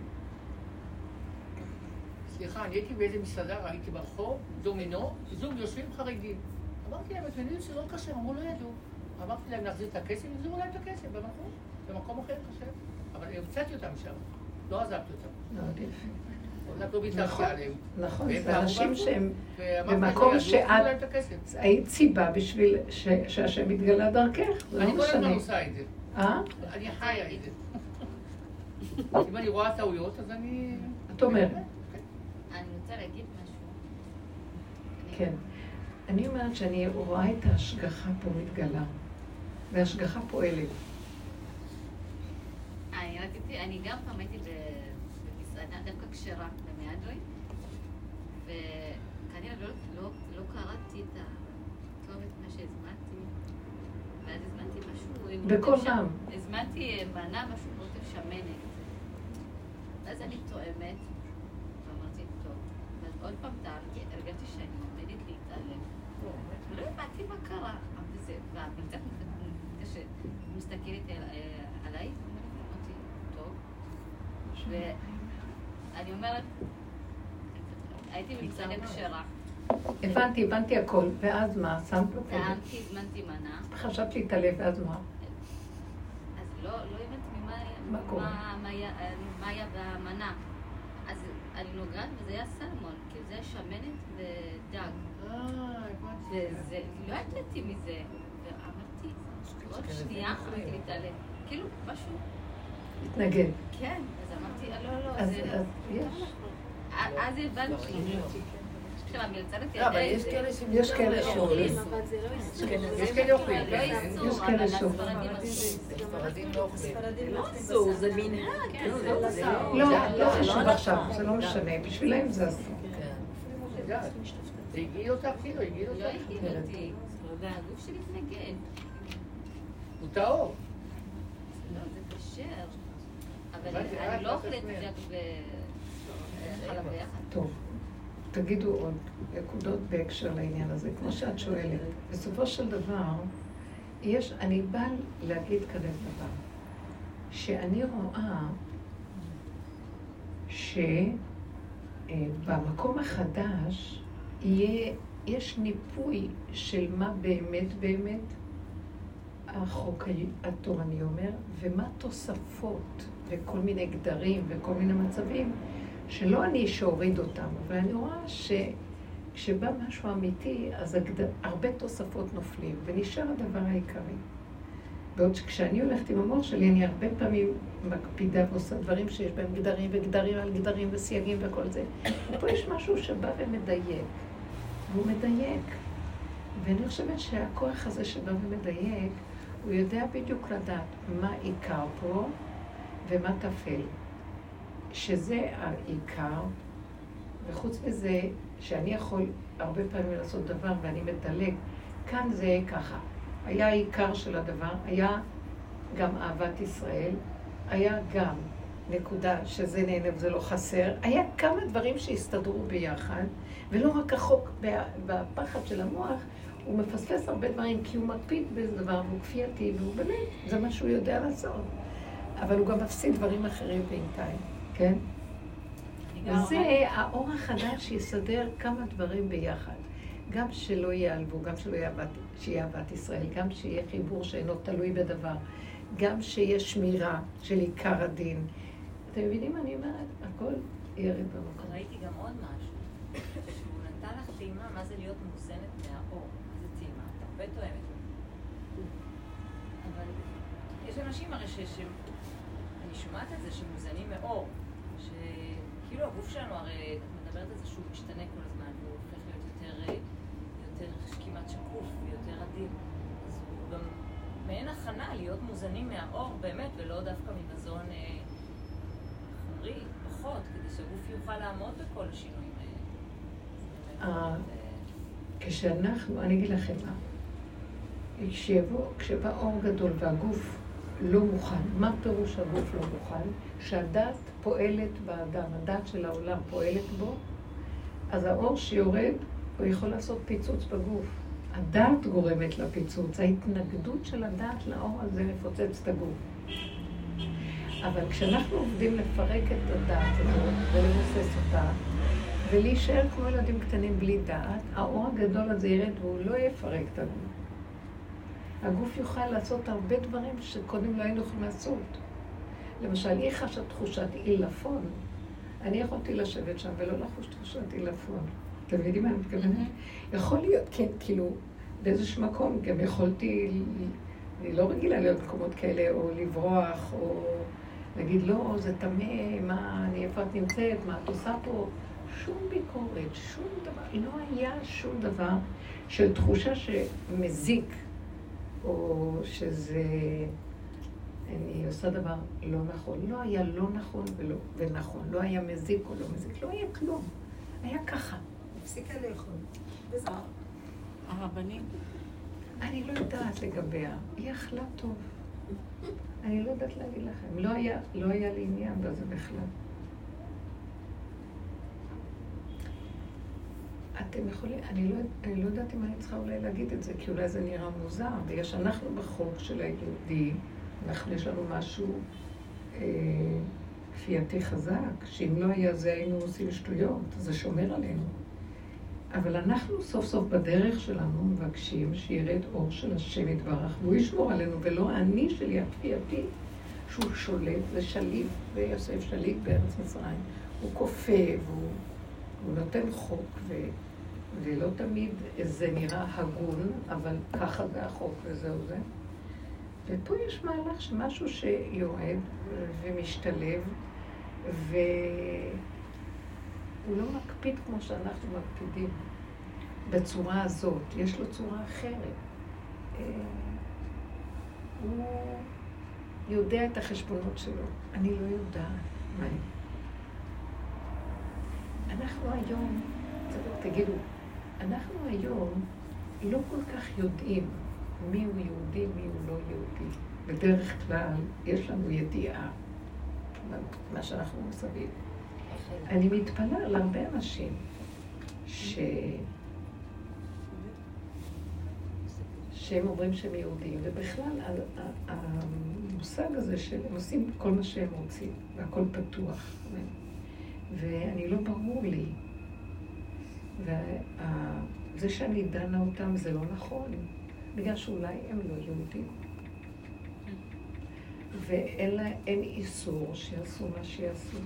S3: סליחה, אני הייתי באיזה מסעדה, ראיתי ברחוב, דומינו, זוג יושבים חרדים. אמרתי להם, אתם יודעים שזה לא קשה, אמרו לא ידעו. אמרתי להם להחזיר את הכסף, יחזירו להם את הכסף במקום, במקום אחר קשה. אבל המצאתי אותם שם, לא עזבתי אותם.
S1: מאוד יפה.
S3: לא ביטלתי עליהם.
S1: נכון, זה אנשים שהם
S3: במקום
S1: במקום שאת היית סיבה בשביל שהשם יתגלה דרכך, זה
S3: אני
S1: לא
S3: כל הזמן
S1: משנה.
S3: עושה את זה.
S1: אה?
S3: אני חיה את זה. אם אני רואה טעויות, אז אני...
S1: את אומרת.
S7: אני רוצה להגיד משהו.
S1: כן. אני אומרת שאני רואה את ההשגחה פה מתגלה, וההשגחה פועלת.
S7: אני רציתי, אני גם פעם הייתי במסעדה דווקא כשרה במהדרין, וכנראה לא, לא, לא קראתי את ה... טוב את מה שהזמנתי, ואז הזמנתי משהו...
S1: בכל פעם.
S7: הזמנתי מנה משהו רוטב שמנת. ואז אני תואמת, ואמרתי, טוב, ואז עוד פעם טעמתי, הרגשתי שאני עומדת להתעלם. לא הבנתי מה קרה, וזה, והמצב ברגע שמסתכלת עליי, אמרתי, טוב. ואני אומרת, הייתי במצעד כשרה.
S1: הבנתי, הבנתי הכל. ואז מה? שמת לו פלט?
S7: טעמתי, הזמנתי מנה.
S1: חשבתי להתעלף, ואז מה?
S7: אז לא הבנתי מה היה במנה. אז אני נוגעת וזה היה סלמון, כי זה שמנת ודג. וזה, לא ידעתי מזה. ואמרתי, עוד שנייה אמרתי להתעלף. כאילו, משהו...
S1: התנגד.
S7: כן, אז אמרתי, לא, לא,
S1: אז
S7: זה...
S1: יש.
S7: אז הבנתי. עכשיו, המלצרת...
S3: לא, אבל יש כאלה
S1: יש כאלה שאוכלים.
S5: אבל זה לא איסור.
S3: יש כאלה אוכלים.
S7: לא איסור,
S1: יש
S7: אבל
S1: כאלה שאוכלים.
S7: הספרדים אסור.
S3: ספרדים לא אוכלים.
S2: לא אסור, זה מנהג.
S1: לא, לא חשוב עכשיו, זה לא משנה. בשבילם זה אסור.
S3: זה הגיל אותך כאילו, הגיל
S7: לא
S3: אותך.
S7: הגיל אותי. הגוף שלי מתנגד.
S3: הוא טהור.
S7: לא, זה כשר. אבל אני לא אוכלת דג וחלב ביחד.
S1: טוב, תגידו עוד נקודות בהקשר לעניין הזה, כמו שאת שואלת. בסופו של דבר, יש, אני באה להגיד כזה דבר, שאני רואה שבמקום החדש יהיה, יש ניפוי של מה באמת באמת החוק התורני אומר, ומה תוספות וכל מיני גדרים וכל מיני מצבים שלא אני שהוריד אותם, אבל אני רואה שכשבא משהו אמיתי, אז הגדר, הרבה תוספות נופלים, ונשאר הדבר העיקרי. בעוד שכשאני הולכת עם המוח שלי, אני הרבה פעמים מקפידה ועושה דברים שיש בהם גדרים וגדרים על גדרים וסייגים וכל זה. ופה יש משהו שבא ומדייק, והוא מדייק. ואני חושבת שהכוח הזה שבא ומדייק, הוא יודע בדיוק לדעת מה עיקר פה ומה תפל. שזה העיקר, וחוץ מזה שאני יכול הרבה פעמים לעשות דבר ואני מדלג, כאן זה ככה. היה העיקר של הדבר, היה גם אהבת ישראל, היה גם נקודה שזה נהנה וזה לא חסר, היה כמה דברים שהסתדרו ביחד, ולא רק החוק בפחד של המוח, הוא מפספס הרבה דברים כי הוא מקפיד באיזה דבר והוא כפייתי והוא באמת, זה מה שהוא יודע לעשות. אבל הוא גם מפסיד דברים אחרים בינתיים, כן? וזה האור החדש שיסדר כמה דברים ביחד. גם שלא ייעלבו, גם שלא יהיה אהבת ישראל, גם שיהיה חיבור שאינו תלוי בדבר, גם שיהיה שמירה של עיקר הדין. אתם מבינים מה אני אומרת? הכל ירד במקום.
S6: ראיתי גם עוד משהו, שהוא נתן לך טעימה מה זה להיות מוזנת מהאור. מה זה טעימה? את הרבה תואמת. אבל יש אנשים הרי שהם, אני שומעת את זה, שמוזנים מאור. שכאילו הגוף שלנו הרי, את מדברת על זה שהוא משתנה כל הזמן, והוא הופך להיות יותר, יותר כמעט שקוף ויותר עדין. אז הוא גם מעין הכנה להיות מוזנים מהאור באמת, ולא דווקא ממזון חומרי, פחות, כדי שהגוף יוכל לעמוד בכל השינויים האלה.
S1: כשאנחנו, אני אגיד לכם מה, כשיבוא, כשבא אור גדול והגוף לא מוכן, מה פירוש הגוף לא מוכן? שהדת פועלת באדם, הדת של העולם פועלת בו, אז האור שיורד, הוא יכול לעשות פיצוץ בגוף. הדת גורמת לפיצוץ, ההתנגדות של הדת לאור הזה מפוצץ את הגוף. אבל כשאנחנו עובדים לפרק את הדת הזאת ולבסס אותה, ולהישאר כמו ילדים קטנים בלי דעת, האור הגדול הזה ירד והוא לא יפרק את הגוף. הגוף יוכל לעשות הרבה דברים שקודם לא היינו יכולים לעשות. למשל, היא חשה תחושת עילפון. אני יכולתי לשבת שם ולא לחוש תחושת עילפון. אתם יודעים מה אני מתכוונת? יכול להיות, כן, כאילו, באיזשהו מקום גם יכולתי, אני לא רגילה להיות מקומות כאלה, או לברוח, או להגיד, לא, זה תמה, מה, אני איפה את נמצאת, מה את עושה פה? שום ביקורת, שום דבר, לא היה שום דבר של תחושה שמזיק, או שזה, אני עושה דבר לא נכון. לא היה לא נכון ולא, ונכון, לא היה מזיק או לא מזיק, לא היה כלום. היה ככה. הפסיקה לאכול.
S4: הרבנית?
S1: אני לא יודעת לגביה. היא אכלה טוב. אני לא יודעת להגיד לכם. לא היה, לא היה לי עניין בזה בכלל. אתם יכולים, אני לא, אני לא יודעת אם אני צריכה אולי להגיד את זה, כי אולי זה נראה מוזר. בגלל שאנחנו בחוק של היהודי, אנחנו יש לנו משהו אה, כפייתי חזק, שאם לא היה זה היינו עושים שטויות, זה שומר עלינו. אבל אנחנו סוף סוף בדרך שלנו מבקשים שירד אור של השם יתברך, והוא ישמור עלינו, ולא אני שלי הכפייתי, שהוא שולט ושליט, ויוסף שליט בארץ מצרים. הוא כופה, והוא הוא נותן חוק, ו, ולא תמיד זה נראה הגון, אבל ככה זה החוק וזהו זה. ופה יש מהלך שמשהו שיורד ומשתלב, והוא לא מקפיד כמו שאנחנו מקפידים. בצורה הזאת, יש לו צורה אחרת. הוא יודע את החשבונות שלו. אני לא יודעת מה הם. אנחנו היום, תגידו, אנחנו היום לא כל כך יודעים מי הוא יהודי, מי הוא לא יהודי. בדרך כלל יש לנו ידיעה, מה שאנחנו מסביב. אני מתפלאה על הרבה אנשים ש... שהם אומרים שהם יהודים, ובכלל המושג הזה שהם עושים כל מה שהם רוצים, והכל פתוח. ואני לא ברור לי. וזה שאני דנה אותם זה לא נכון, בגלל שאולי הם לא יהודים. ואין איסור שיעשו מה שיעשו.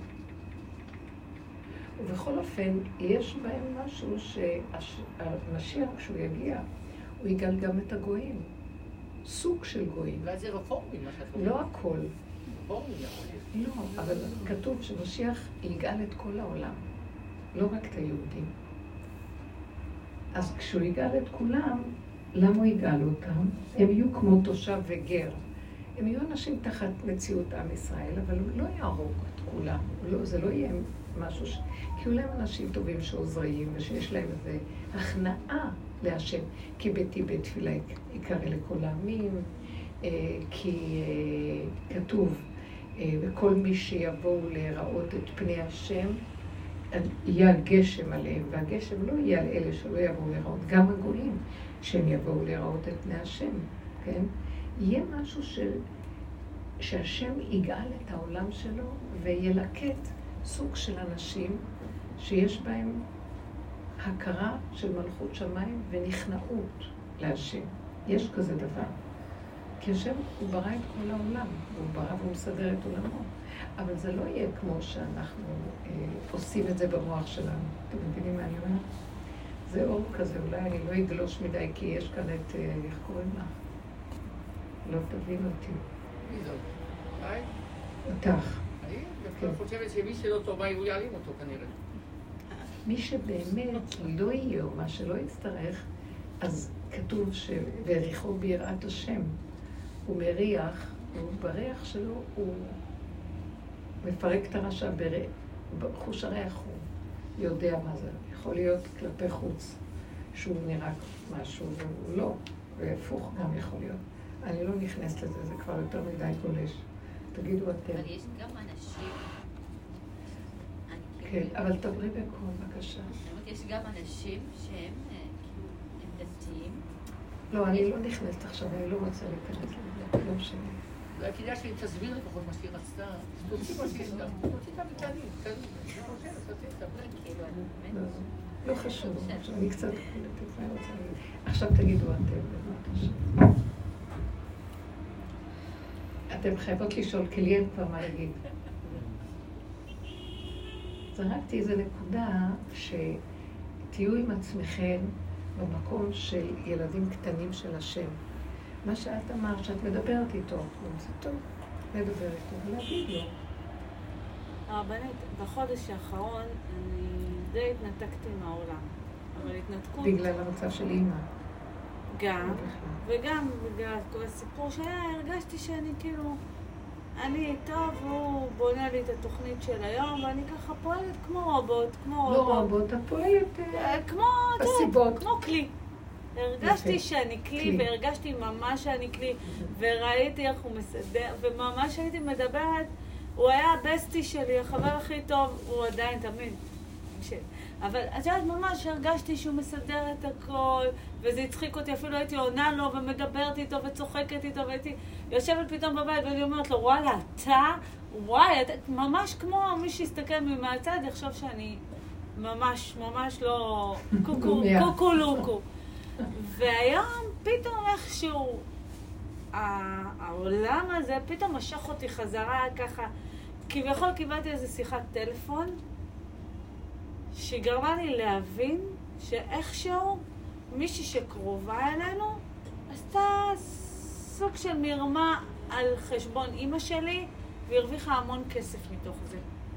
S1: ובכל אופן, יש בהם משהו שהמשיח, כשהוא יגיע, הוא יגאל גם את הגויים. סוג של גויים.
S3: אולי זה רפורמי, מה שאת אומרת.
S1: לא הכל.
S3: רפורמי יכול להיות.
S1: לא, אבל כתוב שמשיח יגאל את כל העולם, לא רק את היהודים. אז כשהוא יגאל את כולם, למה הוא יגאל אותם? הם יהיו כמו תושב וגר. הם יהיו אנשים תחת מציאות עם ישראל, אבל הוא לא יהרוג את כולם. לא, זה לא יהיה משהו ש... כי אולי הם אנשים טובים שעוזרים ושיש להם איזו הכנעה להשם. כי ביתי בית תפילה יקרא לכל העמים, כי כתוב, וכל מי שיבואו להיראות את פני השם, יהיה גשם עליהם, והגשם לא יהיה על אלה שלא יבואו להיראות, גם הגויים שהם יבואו להיראות את פני השם, כן? יהיה משהו של... שהשם יגאל את העולם שלו וילקט סוג של אנשים שיש בהם הכרה של מלכות שמיים ונכנעות להשם. יש כזה דבר. כי השם הוא ברא את כל העולם, הוא ברא והוא מסדר את עולמו. אבל זה לא יהיה כמו שאנחנו אה, עושים את זה במוח שלנו. אתם מבינים מה אני אומרת? זה אור כזה, אולי אני לא אגלוש מדי, כי יש כאן את, אה, איך קוראים לך? לא תבין אותי.
S3: מי זאת? היי?
S1: אותך.
S3: אני דווקא חושבת שמי שלא טובה, הוא יעלים אותו כנראה.
S1: מי שבאמת לא יהיה, או מה שלא יצטרך, אז כתוב ש... וריחו ביראת השם. הוא מריח, הוא בריח שלו, הוא מפרק את הרשע בחוש הריח, הוא יודע מה זה. יכול להיות כלפי חוץ, שהוא נראה משהו, והוא לא, והפוך גם יכול להיות. אני לא נכנסת לזה, זה כבר יותר מדי גולש. תגידו אתם.
S7: אבל יש גם אנשים...
S1: כן, אבל דברי בקול, בבקשה.
S7: יש גם אנשים שהם דתיים.
S1: לא, אני לא נכנסת עכשיו, אני לא רוצה להיכנס לזה, לא משנה.
S3: אולי כדאי שהיא תסביר לפחות מה שהיא רצתה. תוציא מה שהיא רצתה. תוציא את המתענים, תוציא את המתענים.
S1: לא חשוב, אני קצת קולטת מה אני רוצה להגיד. עכשיו תגידו אתם, בבקשה. אתם חייבות לשאול, כי לי אין כבר מה להגיד. זרקתי איזו נקודה שתהיו עם עצמכם במקום של ילדים קטנים של השם. מה שאת אמרת, שאת מדברת איתו, זה טוב, לדבר איתו ולהגיד לו.
S4: הרבנית, בחודש האחרון אני די התנתקתי מהעולם, אבל התנתקות...
S1: בגלל המצב של אימא.
S4: גם, וגם בגלל כל הסיפור שהיה, הרגשתי שאני כאילו... אני טוב, הוא בונה לי את התוכנית של היום, ואני ככה פועלת כמו רובוט, כמו רובוט.
S1: לא רובוט, את פועלת
S4: כמו,
S1: בסיבות.
S4: כמו כלי. הרגשתי שאני כלי, והרגשתי ממש שאני כלי, וראיתי איך הוא מסדר, וממש הייתי מדברת, הוא היה הבסטי שלי, החבר הכי טוב, הוא עדיין תמיד. ש... אבל את יודעת, ממש הרגשתי שהוא מסדר את הכל, וזה הצחיק אותי, אפילו הייתי עונה לו ומדברת איתו וצוחקת איתו, והייתי יושבת פתאום בבית ואני אומרת לו, וואלה, אתה, וואי, אתה, ממש כמו מי שיסתכל מהצד, יחשוב שאני ממש, ממש לא קוקו, קוקו לוקו. והיום פתאום איכשהו העולם הזה פתאום משך אותי חזרה ככה, כביכול קיבלתי איזו שיחת טלפון שגרמה לי להבין שאיכשהו מישהי שקרובה אלינו עשתה סוג של מרמה על חשבון אמא שלי והרוויחה המון כסף מתוך זה.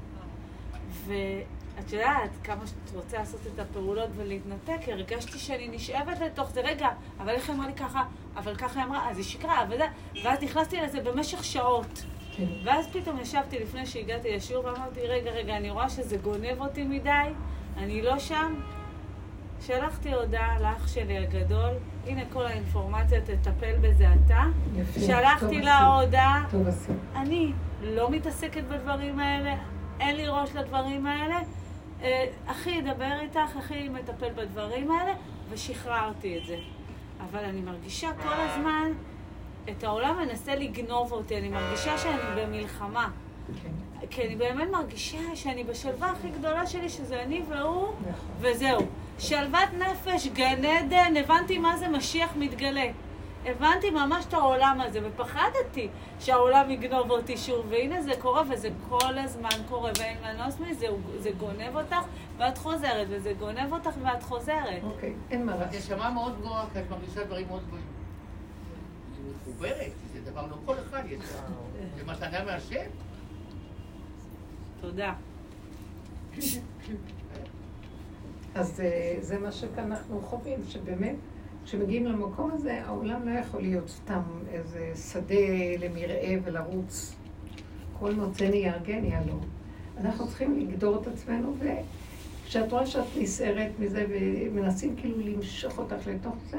S4: ואת יודעת, כמה שאת רוצה לעשות את הפעולות ולהתנתק, הרגשתי שאני נשאבת לתוך זה. רגע, אבל איך היא אמרה לי ככה? אבל ככה היא אמרה, אז היא שקרה, וזה. ואז נכנסתי לזה במשך שעות. כן. ואז פתאום ישבתי לפני שהגעתי לשיעור ואמרתי, רגע, רגע, אני רואה שזה גונב אותי מדי, אני לא שם. שלחתי הודעה לאח שלי הגדול, הנה כל האינפורמציה, תטפל בזה אתה. יפה, שלחתי לה הודעה, אני לא מתעסקת בדברים האלה, אין לי ראש לדברים האלה, אחי ידבר איתך, אחי מטפל בדברים האלה, ושחררתי את זה. אבל אני מרגישה כל הזמן, את העולם מנסה לגנוב אותי, אני מרגישה שאני במלחמה. כי אני באמת מרגישה שאני בשלווה הכי גדולה שלי, שזה אני והוא, וזהו. שלוות נפש, גן עדן, הבנתי מה זה משיח מתגלה. הבנתי ממש את העולם הזה, ופחדתי שהעולם יגנוב אותי שוב, והנה זה קורה, וזה כל הזמן קורה, ואין מנוס מזה, זה גונב אותך ואת חוזרת, וזה גונב אותך ואת חוזרת.
S1: אוקיי, אין מה לעשות.
S3: את נשמה מאוד גבוהה, כי את מרגישה דברים מאוד גבוהים. היא מחוברת, זה דבר לא כל אחד יש. זה מתנה מהשם.
S4: תודה.
S1: אז זה מה שכאן אנחנו חווים, שבאמת, כשמגיעים למקום הזה, העולם לא יכול להיות סתם איזה שדה למראה ולרוץ. כל מוצאני יארגן יעלו. אנחנו צריכים לגדור את עצמנו, וכשאת רואה שאת נסערת מזה ומנסים כאילו למשוך אותך לתוך זה,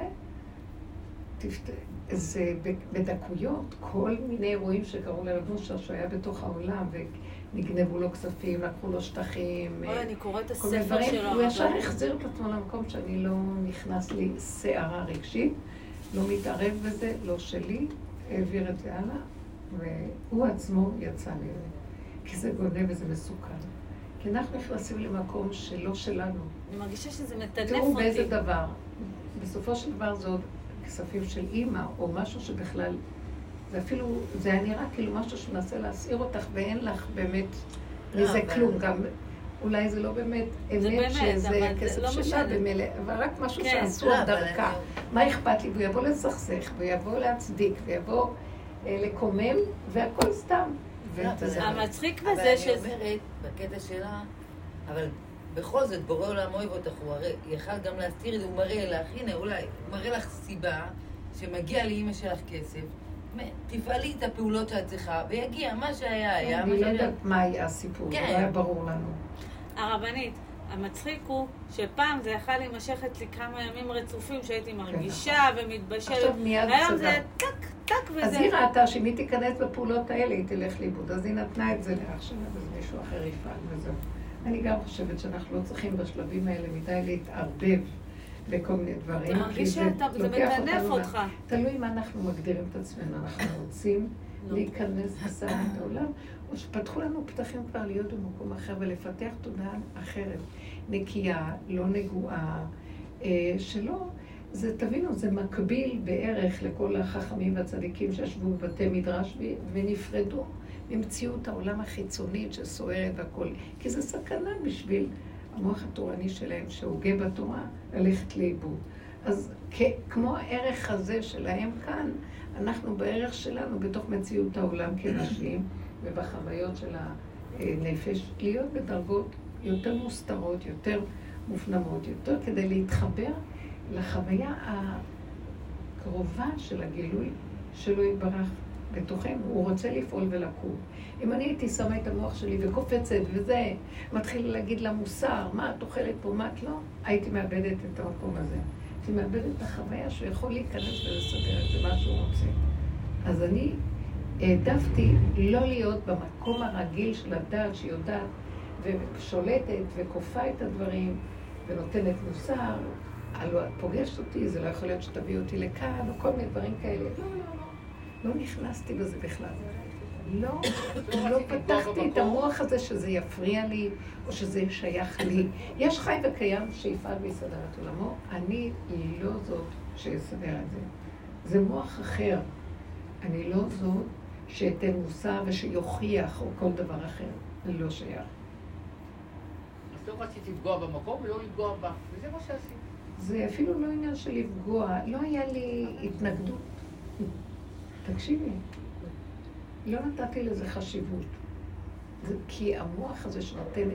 S1: זה בדקויות, כל מיני אירועים שקראו לרבושר שהיה בתוך העולם, ונגנבו לו כספים, לקחו לו שטחים,
S4: אוי, אני קוראת את הספר שלו.
S1: הוא ישר החזיר את עצמו למקום שאני לא נכנס לי שערה רגשית, לא מתערב בזה, לא שלי, העביר את זה הלאה, והוא עצמו יצא לי, כי זה גונב וזה מסוכן. כי אנחנו נכנסים למקום שלא שלנו.
S4: אני מרגישה שזה מטנף אותי.
S1: תראו באיזה דבר. בסופו של דבר זה עוד כספים של אימא, או משהו שבכלל, זה אפילו, זה היה נראה כאילו משהו שמנסה להסעיר אותך, ואין לך באמת מזה כלום. גם אולי זה לא באמת אמת שזה כסף שלה במלא, אבל רק משהו שעשו דרכה. מה אכפת לי? והוא יבוא לסכסך, ויבוא להצדיק, ויבוא לקומם, והכל סתם.
S4: המצחיק בזה שזה...
S9: אבל אני אומרת, בקטע שלה, אבל בכל זאת, בורא עולם אוהב אותך, הוא יכל גם להסתיר את זה, הוא מראה לך, הנה אולי, הוא מראה לך סיבה שמגיע לאמא שלך כסף, תפעלי את הפעולות שאת צריכה, ויגיע, מה שהיה היה.
S1: אני לא יודעת מה היה הסיפור, זה היה ברור לנו.
S4: הרבנית, המצחיק הוא שפעם זה יכל להימשך אצלי כמה ימים רצופים שהייתי מרגישה ומתבשלת.
S1: עכשיו מיד
S4: היום זה טק, טק וזה.
S1: אז היא ראתה שאם היא תיכנס בפעולות האלה, היא תלך לאיבוד. אז היא נתנה את זה לאח שלה, ומישהו אחר יפעל וזהו. אני גם חושבת שאנחנו לא צריכים בשלבים האלה מדי להתערבב בכל מיני דברים.
S4: אתה מרגיש שאתה, זה מטנף אותך.
S1: תלוי מה אנחנו מגדירים את עצמנו. אנחנו רוצים להיכנס בסעד העולם, או שפתחו לנו פתחים כבר להיות במקום אחר ולפתח תודעה אחרת. נקייה, לא נגועה, שלא, זה, תבינו, זה מקביל בערך לכל החכמים והצדיקים שישבו בבתי מדרש ונפרדו ממציאות העולם החיצונית שסוערת והכל. כי זה סכנה בשביל המוח התורני שלהם שהוגה בתורה ללכת לאיבוד. אז כמו הערך הזה שלהם כאן, אנחנו בערך שלנו בתוך מציאות העולם כנשים ובחוויות של הנפש, להיות בדרגות יותר מוסתרות, יותר מופנמות, יותר כדי להתחבר לחוויה הקרובה של הגילוי שלו יתברך בתוכנו. הוא רוצה לפעול ולקום. אם אני הייתי שמה את המוח שלי וקופצת וזה, מתחיל להגיד לה מוסר, מה את אוכלת פה, מה את לא, הייתי מאבדת את המקום הזה. הייתי מאבדת את החוויה שהוא יכול להיכנס ולסדר את זה מה שהוא רוצה. אז אני העדפתי לא להיות במקום הרגיל של הדעת שיודעת ושולטת וכופה את הדברים ונותנת מוסר, הלוא את פוגשת אותי, זה לא יכול להיות שתביא אותי לכאן, או כל מיני דברים כאלה. לא, לא, לא. לא נכנסתי בזה בכלל. לא, לא פתחתי את המוח הזה שזה יפריע לי, או שזה שייך לי. יש חי וקיים שיפעל ויסדר את עולמו, אני לא זאת שיסדר את זה. זה מוח אחר. אני לא זאת שאתן מוסר ושיוכיח או כל דבר אחר. זה לא שייך.
S3: אז לא רציתי לפגוע במקום ולא לפגוע בה, וזה מה שעשיתי.
S1: זה אפילו לא עניין של לפגוע, לא היה לי התנגדות. תקשיבי, לא נתתי לזה חשיבות. זה כי המוח הזה שנותן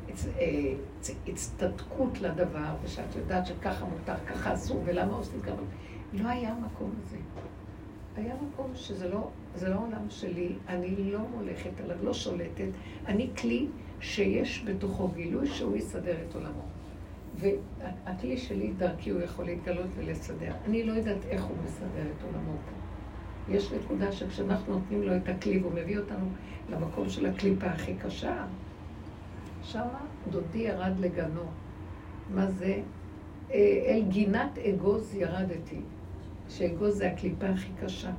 S1: הצטדקות לדבר, ושאת יודעת שככה מותר, ככה אסור, ולמה עושים ככה, לא היה מקום הזה. היה מקום שזה לא, זה לא עולם שלי, אני לא מולכת עליו, לא שולטת, אני כלי שיש בתוכו גילוי שהוא יסדר את עולמו. והכלי שלי דרכי הוא יכול להתגלות ולסדר. אני לא יודעת איך הוא מסדר את עולמו פה. יש נקודה שכשאנחנו נותנים לו את הכלי והוא מביא אותנו למקום של הקליפה הכי קשה, שמה דודי ירד לגנו. מה זה? אל גינת אגוז ירדתי. שאגוז זה הקליפה הכי קשה.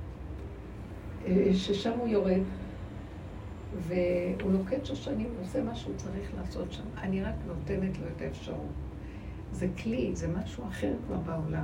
S1: ששם הוא יורד, והוא לוקט שושנים, הוא עושה מה שהוא צריך לעשות שם. אני רק נותנת לו את האפשרות. זה כלי, זה משהו אחר כבר בעולם.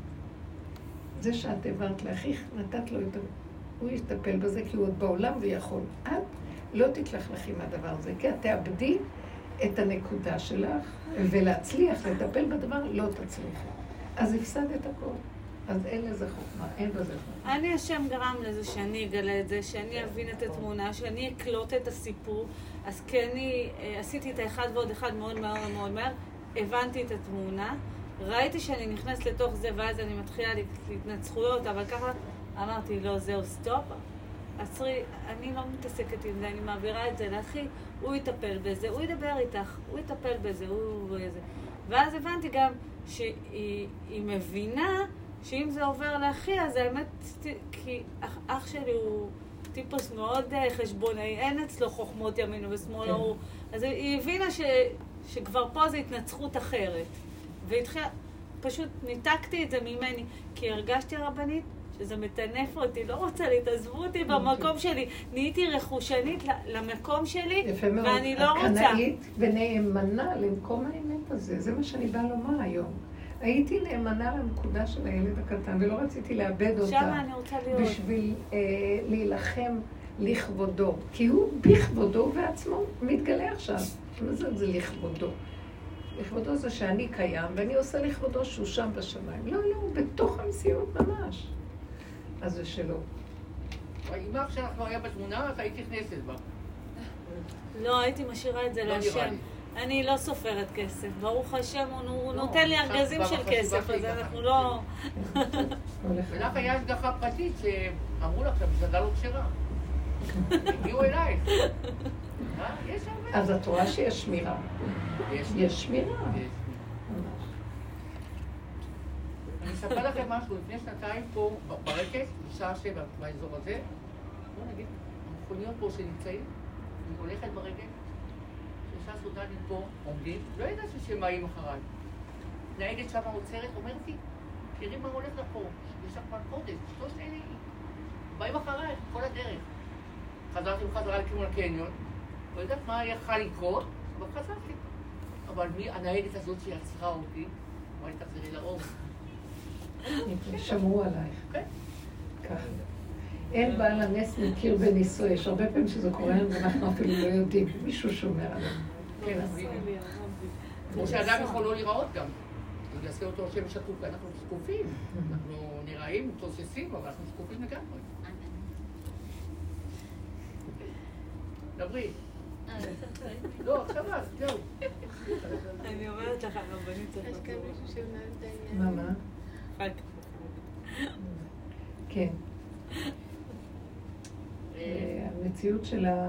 S1: זה שאת הבנת לאחיך, נתת לו את ה... הוא יטפל בזה כי הוא עוד בעולם ויכול. את לא תתלכלכי מהדבר הזה, כי את תאבדי את הנקודה שלך, ולהצליח לטפל בדבר לא תצליחי. אז הפסדת הכל. אז אין לזה חוכמה, אין בזה חוכמה.
S4: אני השם גרם לזה שאני אגלה את זה, שאני אבין את התמונה, שאני אקלוט את הסיפור. אז כי אני עשיתי את האחד ועוד אחד מאוד מאוד מאוד מהר, הבנתי את התמונה, ראיתי שאני נכנס לתוך זה, ואז אני מתחילה להתנצחויות, אבל ככה אמרתי, לא, זהו, סטופ. עצרי, אני לא מתעסקת עם זה, אני מעבירה את זה לאחי, הוא יטפל בזה, הוא ידבר איתך, הוא יטפל בזה, הוא איזה. ואז הבנתי גם שהיא מבינה שאם זה עובר לאחי, אז האמת, כי אח, אח שלי הוא טיפוס מאוד חשבונאי, אין אצלו חוכמות ימין ושמאל, הוא, אז היא הבינה ש, שכבר פה זה התנצחות אחרת. והתחילה, פשוט ניתקתי את זה ממני, כי הרגשתי הרבנית שזה מטנף אותי, לא רוצה לי, תעזבו אותי במקום שלי. נהייתי רכושנית למקום שלי, ואני לא רוצה.
S1: הקנאית ונאמנה למקום האמת הזה, זה מה שאני באה לומר היום. הייתי נאמנה לנקודה של הילד הקטן, ולא רציתי לאבד אותה.
S4: שם אני רוצה להיות.
S1: בשביל אה, להילחם לכבודו. כי הוא בכבודו ועצמו מתגלה עכשיו. מה זה, זה לכבודו? לכבודו זה שאני קיים, ואני עושה לכבודו שהוא שם בשמיים. לא, לא, הוא בתוך המציאות ממש. אז זה שלו.
S3: אם אח שלך כבר היה בתמונה, אז הייתי נכנסת בה.
S4: לא, הייתי משאירה את זה להשם. אני לא סופרת כסף. ברוך השם, הוא נותן לי ארגזים של כסף, אז אנחנו לא...
S3: ולך היה השגחה פרטית שאמרו לך שהמסעדה לא כשרה. הגיעו אלייך. יש הרבה.
S1: אז את רואה שיש שמירה. יש שמירה.
S3: אני אספר לכם משהו, לפני שנתיים פה ברקת, בשעה שבע באזור הזה, בואו נגיד, המכוניות פה שנמצאים, אני הולכת ברקת, שלושה סודנים פה עומדים, לא ידעתי שהם באים אחריי. נהגת שם עוצרת, אומרת לי, תראי מה הולך לפה, יש לך כבר חודש, שלוש אלה, באים אחריי, כל הדרך. חזרתי בחזרה לכיוון הקניון, לא יודעת מה יכל לקרות, אבל חזרתי. אבל מי, הנהגת הזאת שיצרה אותי, אמרה לי תחזרי לאור.
S1: שמרו עלייך.
S3: כן.
S1: ככה. אין בעל הנס מכיר בניסוי, יש הרבה פעמים שזה קורה לנו ואנחנו אפילו לא יודעים, מישהו שומר עלינו.
S3: כן, כמו שאדם יכול לא לראות גם. הוא יעשה אותו שם שקוף, אנחנו שקופים. אנחנו נראים, תוססים, אבל אנחנו שקופים לגמרי. דברי. לא, עכשיו אז, זהו.
S4: אני אומרת לך, הרבנית צריך
S5: יש כאן מישהו שמנהל את העניין.
S1: מה, מה?
S4: חג.
S1: כן. המציאות שלה,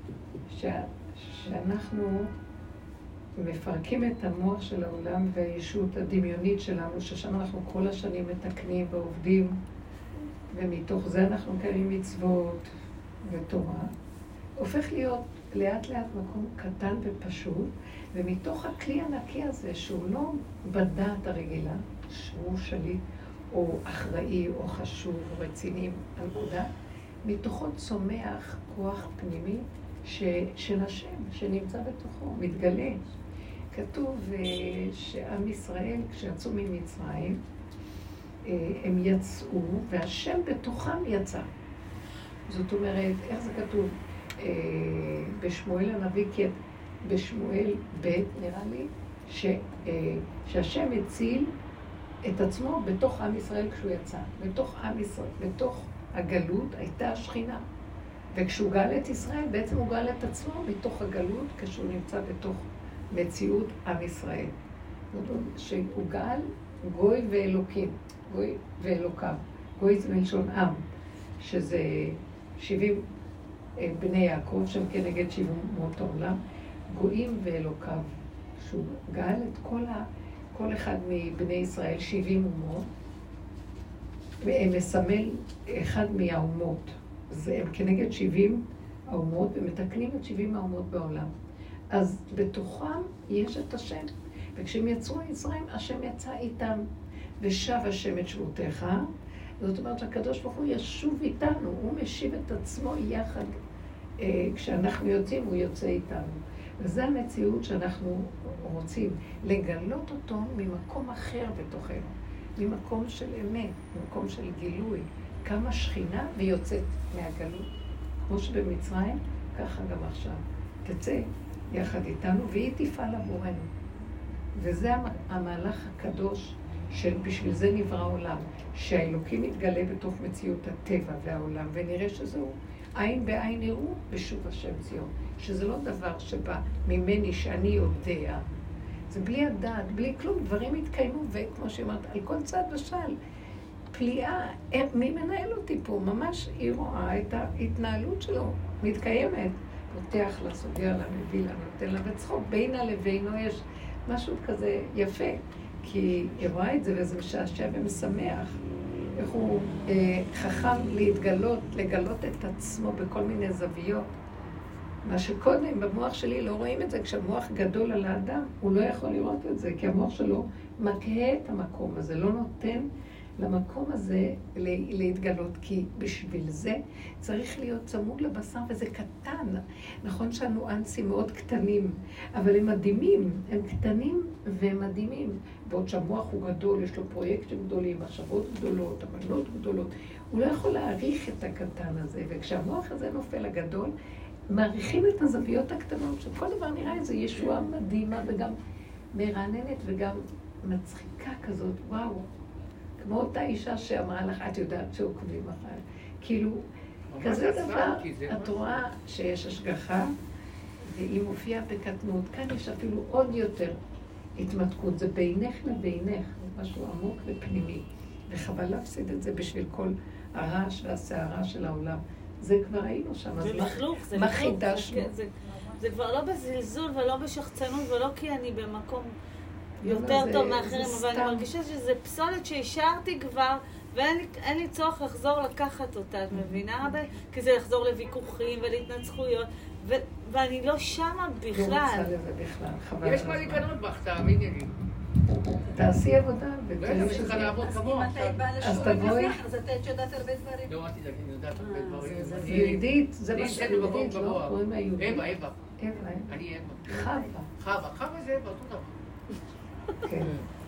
S1: שאנחנו מפרקים את המוח של העולם והישות הדמיונית שלנו, ששם אנחנו כל השנים מתקנים ועובדים, ומתוך זה אנחנו קיימים מצוות ותורה. הופך להיות לאט לאט מקום קטן ופשוט, ומתוך הכלי הנקי הזה, שהוא לא בדעת הרגילה, שהוא שליט, או אחראי, או חשוב, או רציני, הנקודה, מתוכו צומח כוח פנימי ש... של השם, שנמצא בתוכו, מתגלה. כתוב שעם ישראל, כשיצאו ממצרים, הם יצאו, והשם בתוכם יצא. זאת אומרת, איך זה כתוב? בשמואל הנביא, בשמואל ב' נראה לי, ש... שהשם הציל את עצמו בתוך עם ישראל כשהוא יצא. בתוך עם ישראל, בתוך הגלות הייתה השכינה. וכשהוא גאל את ישראל, בעצם הוא גאל את עצמו בתוך הגלות, כשהוא נמצא בתוך מציאות עם ישראל. זאת אומרת, שהוא גאל גוי ואלוקים, גוי ואלוקיו. גוי זה מלשון עם, שזה שבעים בני יעקב, שהם כנגד שבעים אומות העולם. גויים ואלוקיו, שהוא גאל את כל ה... כל אחד מבני ישראל, שבעים אומות, והם מסמל אחד מהאומות. זה הם כנגד שבעים האומות, ומתקנים את שבעים האומות בעולם. אז בתוכם יש את השם. וכשהם יצאו ישראל, השם יצא איתם, ושב השם את שבותיך. זאת אומרת שהקדוש ברוך הוא ישוב איתנו, הוא משיב את עצמו יחד. כשאנחנו יוצאים, הוא יוצא איתנו. וזו המציאות שאנחנו רוצים לגלות אותו ממקום אחר בתוכנו, ממקום של אמת, ממקום של גילוי, כמה שכינה ויוצאת מהגלות. כמו שבמצרים, ככה גם עכשיו. תצא יחד איתנו והיא תפעל עבורנו. וזה המהלך הקדוש של בשביל זה נברא העולם, שהאלוקים יתגלה בתוך מציאות הטבע והעולם, ונראה שזהו. עין בעין יראו בשוב השם ציון, שזה לא דבר שבא ממני שאני יודע. זה בלי הדעת, בלי כלום, דברים התקיימו, וכמו שאמרת, על כל צד ושל, פליאה, מי מנהל אותי פה? ממש היא רואה את ההתנהלות שלו, מתקיימת. פותח לה, סוגר לה, מביא לה, נותן לה בצחוק, בינה לבינו יש משהו כזה יפה, כי היא רואה את זה וזה משעשע ומשמח. איך הוא אה, חכם להתגלות, לגלות את עצמו בכל מיני זוויות. מה שקודם במוח שלי לא רואים את זה, כשהמוח גדול על האדם, הוא לא יכול לראות את זה, כי המוח שלו מקהה את המקום הזה, לא נותן למקום הזה להתגלות, כי בשביל זה צריך להיות צמוד לבשר, וזה קטן. נכון שהנואנסים מאוד קטנים, אבל הם מדהימים, הם קטנים והם מדהימים. בעוד שהמוח הוא גדול, יש לו פרויקטים גדולים, מחשבות גדולות, אמנות גדולות. הוא לא יכול להעריך את הקטן הזה, וכשהמוח הזה נופל הגדול, מעריכים את הזוויות הקטנות, שכל דבר נראה איזו ישועה מדהימה, וגם מרעננת וגם מצחיקה כזאת, וואו. כמו אותה אישה שאמרה לך, את יודעת שעוקבים אחרי. כאילו, כזה דבר, את רואה שיש השגחה, והיא מופיעה בקטנות. כאן יש אפילו עוד יותר התמתקות. זה בינך לבינך, זה משהו עמוק ופנימי. וחבל להפסיד את זה בשביל כל הרעש והסערה של העולם. זה כבר היינו שם, אז מה חידשנו?
S4: זה כבר לא בזלזול ולא בשחצנות ולא כי אני במקום יותר טוב מאחרים, אבל אני מרגישה שזה פסולת שהשארתי כבר ואין לי צורך לחזור לקחת אותה, את מבינה? כי זה לחזור לוויכוחים ולהתנצחויות, ואני לא שמה בכלל.
S1: לא רוצה לזה בכלל, חבל.
S3: יש מה להיכנות בך, תאמיני לי.
S1: תעשי עבודה.
S3: לא, אני צריכה לעבוד כמוה.
S1: אז תבואי.
S10: אז אתה יודעת הרבה דברים.
S3: לא, אל תדאגי, אני יודעת הרבה דברים.
S1: יהודית, זה מה שיהודית, לא קוראים לה יהודית.
S3: אווה, אווה.
S1: אווה,
S3: אני אווה.
S1: חווה.
S3: חווה, חווה זה אווה, אותו דבר.
S1: כן.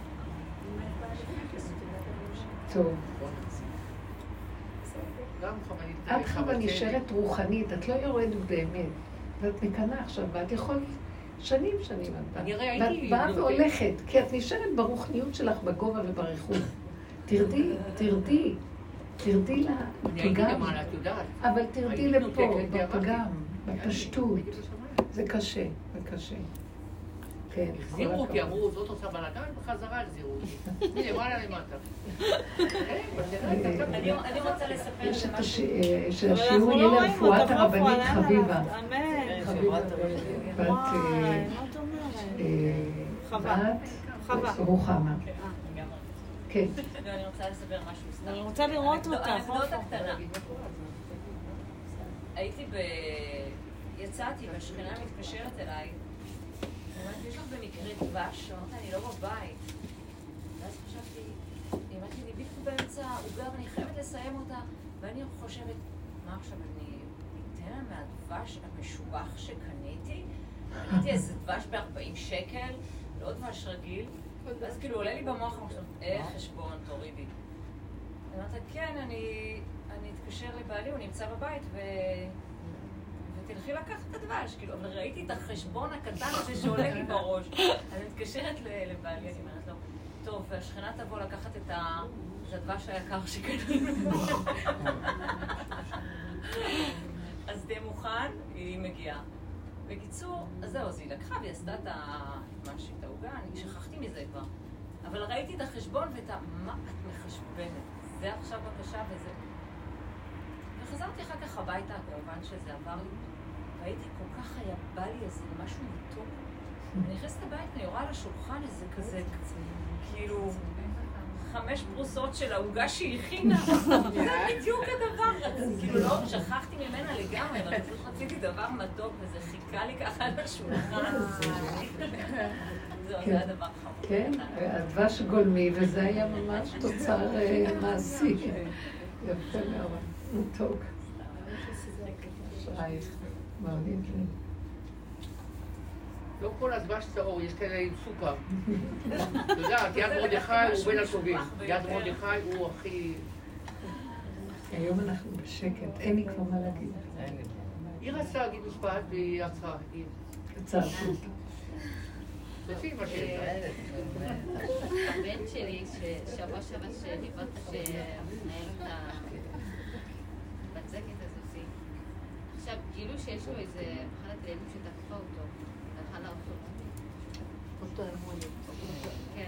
S1: טוב. את חווה נשארת רוחנית, את לא יורדת באמת. ואת מקנה עכשיו, ואת יכולת שנים שנים את באה. ואת באה והולכת, כי את נשארת ברוחניות שלך בגובה ובריחוד. תרדי, תרדי, תרדי לפגם. אבל תרדי לפה, בפגם, בפשטות. זה קשה, זה קשה. כן.
S3: החזירו אותי, אמרו, זאת עושה בלגן, בחזרה החזירו אותי. הנה, וואלה למטה.
S6: אני רוצה לספר
S1: יש את שהשיעור יהיה לרפואת הרבנית חביבה.
S4: אמן.
S1: חביבה. בת... בת... רוחמה. כן.
S6: אני רוצה לספר משהו סתם.
S4: אני רוצה לראות אותך.
S6: אנקדוטה קטנה. הייתי יצאתי והשכנה מתקשרת אליי, אמרתי, יש לך במקרה דבש? אמרתי, אני לא בבית. ואז חשבתי, אמרתי, אני בדיוק באמצע עוגה ואני חייבת לסיים אותה, ואני חושבת, מה עכשיו, אני אתן לה מהדבש המשובח שקניתי? קניתי איזה דבש ב-ארבעים שקל, לא דבש רגיל, ואז כאילו עולה לי במוח, אני חושבת, אה, חשבון, תורידי. אמרתי, כן, אני אתקשר לבעלי, הוא נמצא בבית, ו... ותלכי לקחת את הדבש, כאילו, אבל ראיתי את החשבון הקטן הזה שעולה לי בראש. אז אני מתקשרת לבעלי, אני אומרת לו, טוב, והשכנה תבוא לקחת את הדבש היקר שקנינו. אז תהיה מוכן, היא מגיעה. בקיצור, אז זהו, אז היא לקחה והיא עשתה את העוגה, אני שכחתי מזה כבר. אבל ראיתי את החשבון ואת ה... מה את מחשבנת? זה עכשיו בקשה וזה... וחזרתי אחר כך הביתה, כמובן שזה עבר לי. והייתי כל כך היה בא לי איזה משהו מתוק. אני נכנסת לבית, אני יורה על השולחן איזה כזה, כאילו, חמש פרוסות של העוגה שהיא הכינה. זה בדיוק הדבר. כאילו לא, שכחתי ממנה לגמרי, אבל פשוט רציתי דבר מתוק, וזה חיכה לי ככה על השולחן. זהו, זה היה דבר חמור.
S1: כן, הדבש גולמי, וזה היה ממש תוצר מעשי. יפה מאוד. מתוק. שרייך. מעניין לי.
S3: לא כל הדבש צהור, יש כאלה עם סוכר. אתה יודעת, יד מרדכי הוא בין הטובים. יד מרדכי הוא הכי...
S1: היום אנחנו בשקט, אין לי כבר מה להגיד.
S3: היא רצתה להגיד משפט והיא עצרה.
S1: עצרה.
S3: תוציא מה שיש.
S7: הבן שלי, ששבוע שבוע שדיברת שמנהל את הבצקת הזאת, עכשיו גילו שיש לו איזה מחלת ילדים שתקפה אותו, והלכה לארצות. אותו הרמונית. כן.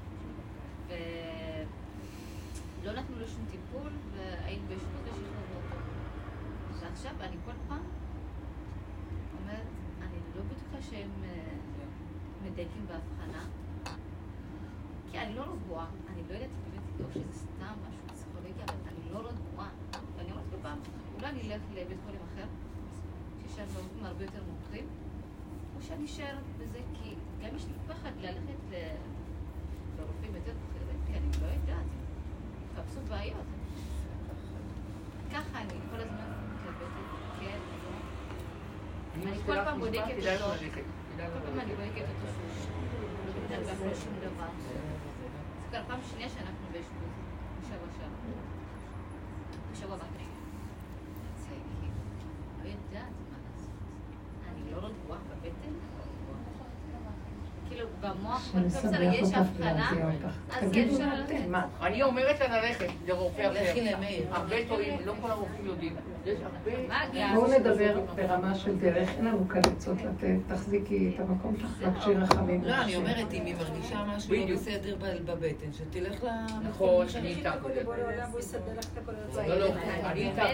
S7: ולא נתנו לו שום טיפול, והיינו בישיבות ושחררו אותו. ועכשיו אני כל פעם אומרת, אני לא בטוחה שהם מדייקים בהבחנה, כי אני לא רגועה, אני לא יודעת באמת לבדוק שזה סתם משהו פסיכולוגי, אבל אני לא רגועה. ואני אומרת כל פעם, אולי אני אלך לבית חולים אחר, ששם רופאים הרבה יותר מומחים, או שאני אשאר בזה, כי גם יש לי פחד ללכת לרופאים יותר בכירים, כי אני לא יודעת, חפשו בעיות. ככה אני כל הזמן מתלבטת, כן, אני כל פעם בודקת אותו. כל פעם אני בודקת אותו שוב, שמדרגה לא שום דבר. זה כבר פעם שנייה שאנחנו באשפוז, בשבוע שעבר. בשבוע הבא תשע. זה כאילו, לא יודעת מה לעשות. אני לא רגועה בבטן. כאילו, במוח, בסדר, יש הבחנה, אז אפשר ללכת.
S3: אני אומרת לה ללכת לרופא אחר. הרבה טועים, לא כל הרופאים יודעים.
S1: בואו נדבר ברמה של דרך, אין לנו כאן עצות לתת, תחזיקי את המקום שלך, בבקשי רחמים.
S9: לא, אני אומרת, אם היא מרגישה משהו לא בסדר בבטן, שתלך ל...
S3: נכון, אני איתה. לא, לא, אני איתה.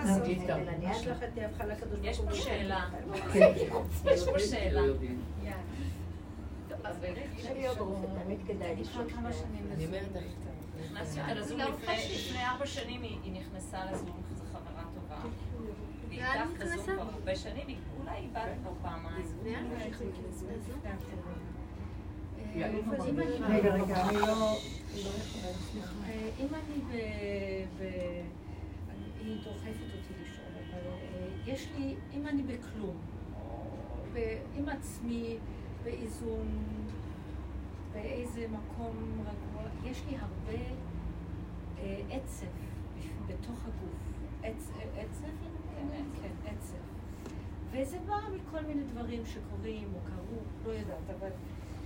S6: יש פה שאלה. יש פה שאלה.
S7: אני אומרת,
S6: נכנסתי אותה לזום לפני ארבע שנים, היא נכנסה לזום, זו חברה טובה. והיא איתך לזום כבר הרבה שנים, אולי היא באה כבר פעמיים.
S1: רגע, רגע, אני לא...
S10: אם אני ב... היא דוחפת אותי לשאול, אבל יש לי, אם אני בכלום, עם עצמי, באיזון, באיזה מקום רגוע, יש לי הרבה אה, עצב בתוך הגוף. עצב? כן, עצב. וזה בא מכל מיני דברים שקורים או קרו, לא יודעת, אבל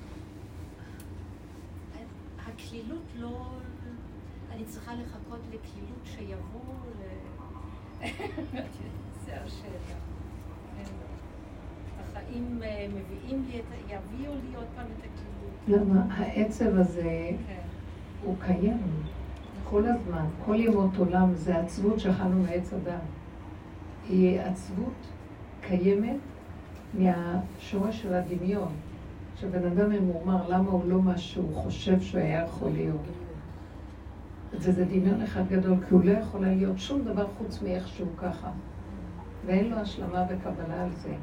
S10: הכלילות לא... אני צריכה לחכות לכלילות שיבוא ל... זה השאלה. החיים מביאים לי את... יביאו לי עוד פעם את הכלילות.
S1: למה? העצב הזה הוא קיים כל הזמן. כל ימות עולם זה עצבות שאכלנו מעץ הדעת. היא עצבות קיימת מהשורש של הדמיון. שבן אדם ממורמר, למה הוא לא מה שהוא חושב שהוא היה יכול להיות. זה, זה דמיון אחד גדול, כי הוא לא יכול להיות שום דבר חוץ מאיך שהוא ככה. ואין לו השלמה וקבלה על זה.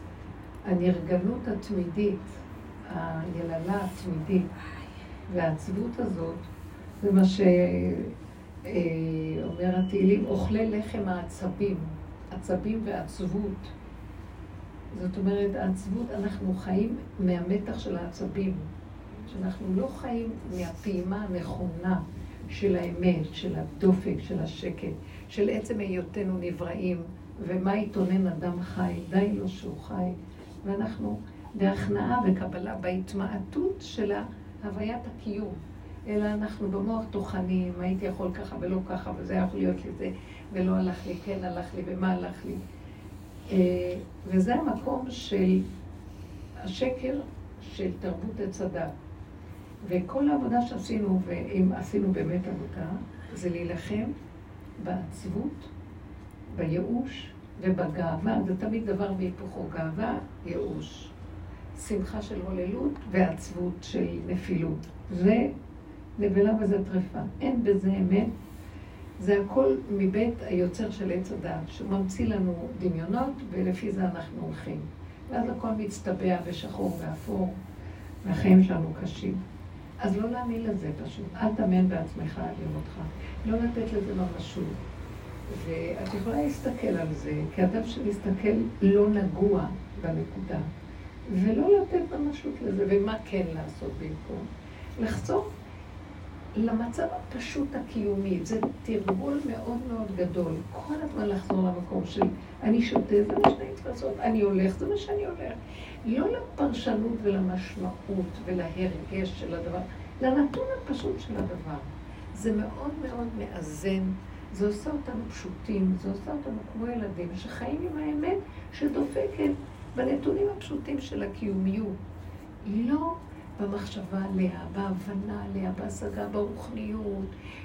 S1: הנרגנות התמידית, היללה התמידית, והעצבות הזאת, זה מה שאומר התהילים, אוכלי לחם העצבים, עצבים ועצבות. זאת אומרת, העצבות, אנחנו חיים מהמתח של העצבים, שאנחנו לא חיים מהפעימה הנכונה של האמת, של הדופק, של השקט, של עצם היותנו נבראים, ומה יתונן אדם חי, די לו שהוא חי, ואנחנו בהכנעה וקבלה, בהתמעטות של הוויית הקיום, אלא אנחנו במוח תוכנים, הייתי יכול ככה ולא ככה, וזה יכול להיות לי זה, ולא הלך לי, כן הלך לי, ומה הלך לי. וזה המקום של השקר של תרבות עץ הדת. וכל העבודה שעשינו, ואם עשינו באמת עבודה, זה להילחם בעצבות, בייאוש ובגאווה. זה תמיד דבר בהיפוכו, גאווה, ייאוש. שמחה של הוללות ועצבות של נפילות. זה נבלה וזה טרפה. אין בזה אמת. זה הכל מבית היוצר של עץ הדת, שהוא ממציא לנו דמיונות, ולפי זה אנחנו הולכים. ואז הכל מצטבע ושחור ואפור, והחיים שלנו קשים. אז לא להאמין לזה פשוט. אל תאמן בעצמך לראות אותך. לא לתת לזה ממשות. ואת יכולה להסתכל על זה, כאדם שמסתכל לא נגוע בנקודה, ולא לתת ממשות לזה, ומה כן לעשות במקום. לחזור למצב הפשוט הקיומי, זה תרגול מאוד מאוד גדול. כל הזמן לחזור למקום של אני שותה, זה מה שאני צריך לעשות, אני הולך, זה מה שאני הולך. לא לפרשנות ולמשמעות ולהרגש של הדבר, לנתון הפשוט של הדבר. זה מאוד מאוד מאזן, זה עושה אותנו פשוטים, זה עושה אותנו כמו ילדים שחיים עם האמת שדופקת בנתונים הפשוטים של הקיומיות. לא במחשבה עליה, בהבנה עליה, בהשגה, ברוחניות,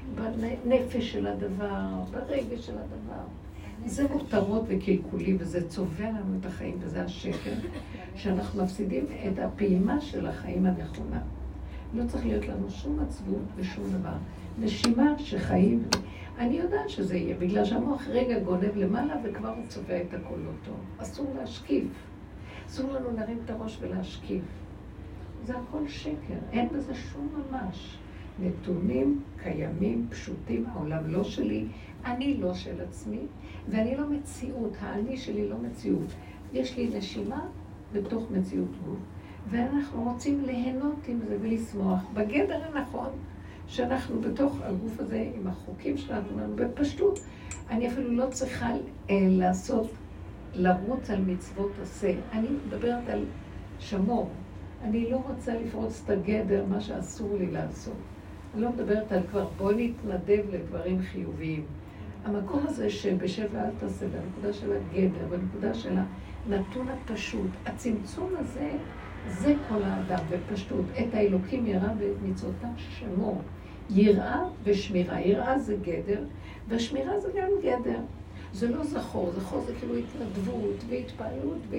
S1: בנפש של הדבר, ברגש של הדבר. זה מותרות וקלקולים, וזה צובע לנו את החיים, וזה השקר, שאנחנו מפסידים את הפעימה של החיים הנכונה. לא צריך להיות לנו שום עצבות ושום דבר. נשימה שחיים, אני יודעת שזה יהיה, בגלל שהמוח רגע גונב למעלה וכבר הוא צובע את הכל לא טוב. אסור להשקיף. אסור לנו להרים את הראש ולהשקיף. זה הכל שקר, אין בזה שום ממש. נתונים קיימים, פשוטים, העולם לא שלי, אני לא של עצמי, ואני לא מציאות, האני שלי לא מציאות. יש לי נשימה בתוך מציאות גוף, ואנחנו רוצים ליהנות עם זה ולשמוח בגדר הנכון, שאנחנו בתוך הגוף הזה עם החוקים שלנו, בפשטות. אני אפילו לא צריכה אה, לעשות, לרוץ על מצוות עשה. אני מדברת על שמור. אני לא רוצה לפרוץ את הגדר, מה שאסור לי לעשות. אני לא מדברת על כבר, בואי נתנדב לדברים חיוביים. המקום הזה שבשב ואל תעשה, בנקודה של הגדר, בנקודה של הנתון הפשוט, הצמצום הזה, זה כל האדם בפשטות. את האלוקים יראה ואת מצוותיו שמור. יראה ושמירה. יראה זה גדר, והשמירה זה גם גדר. זה לא זכור, זכור זה כאילו התנדבות והתפעלות, ו...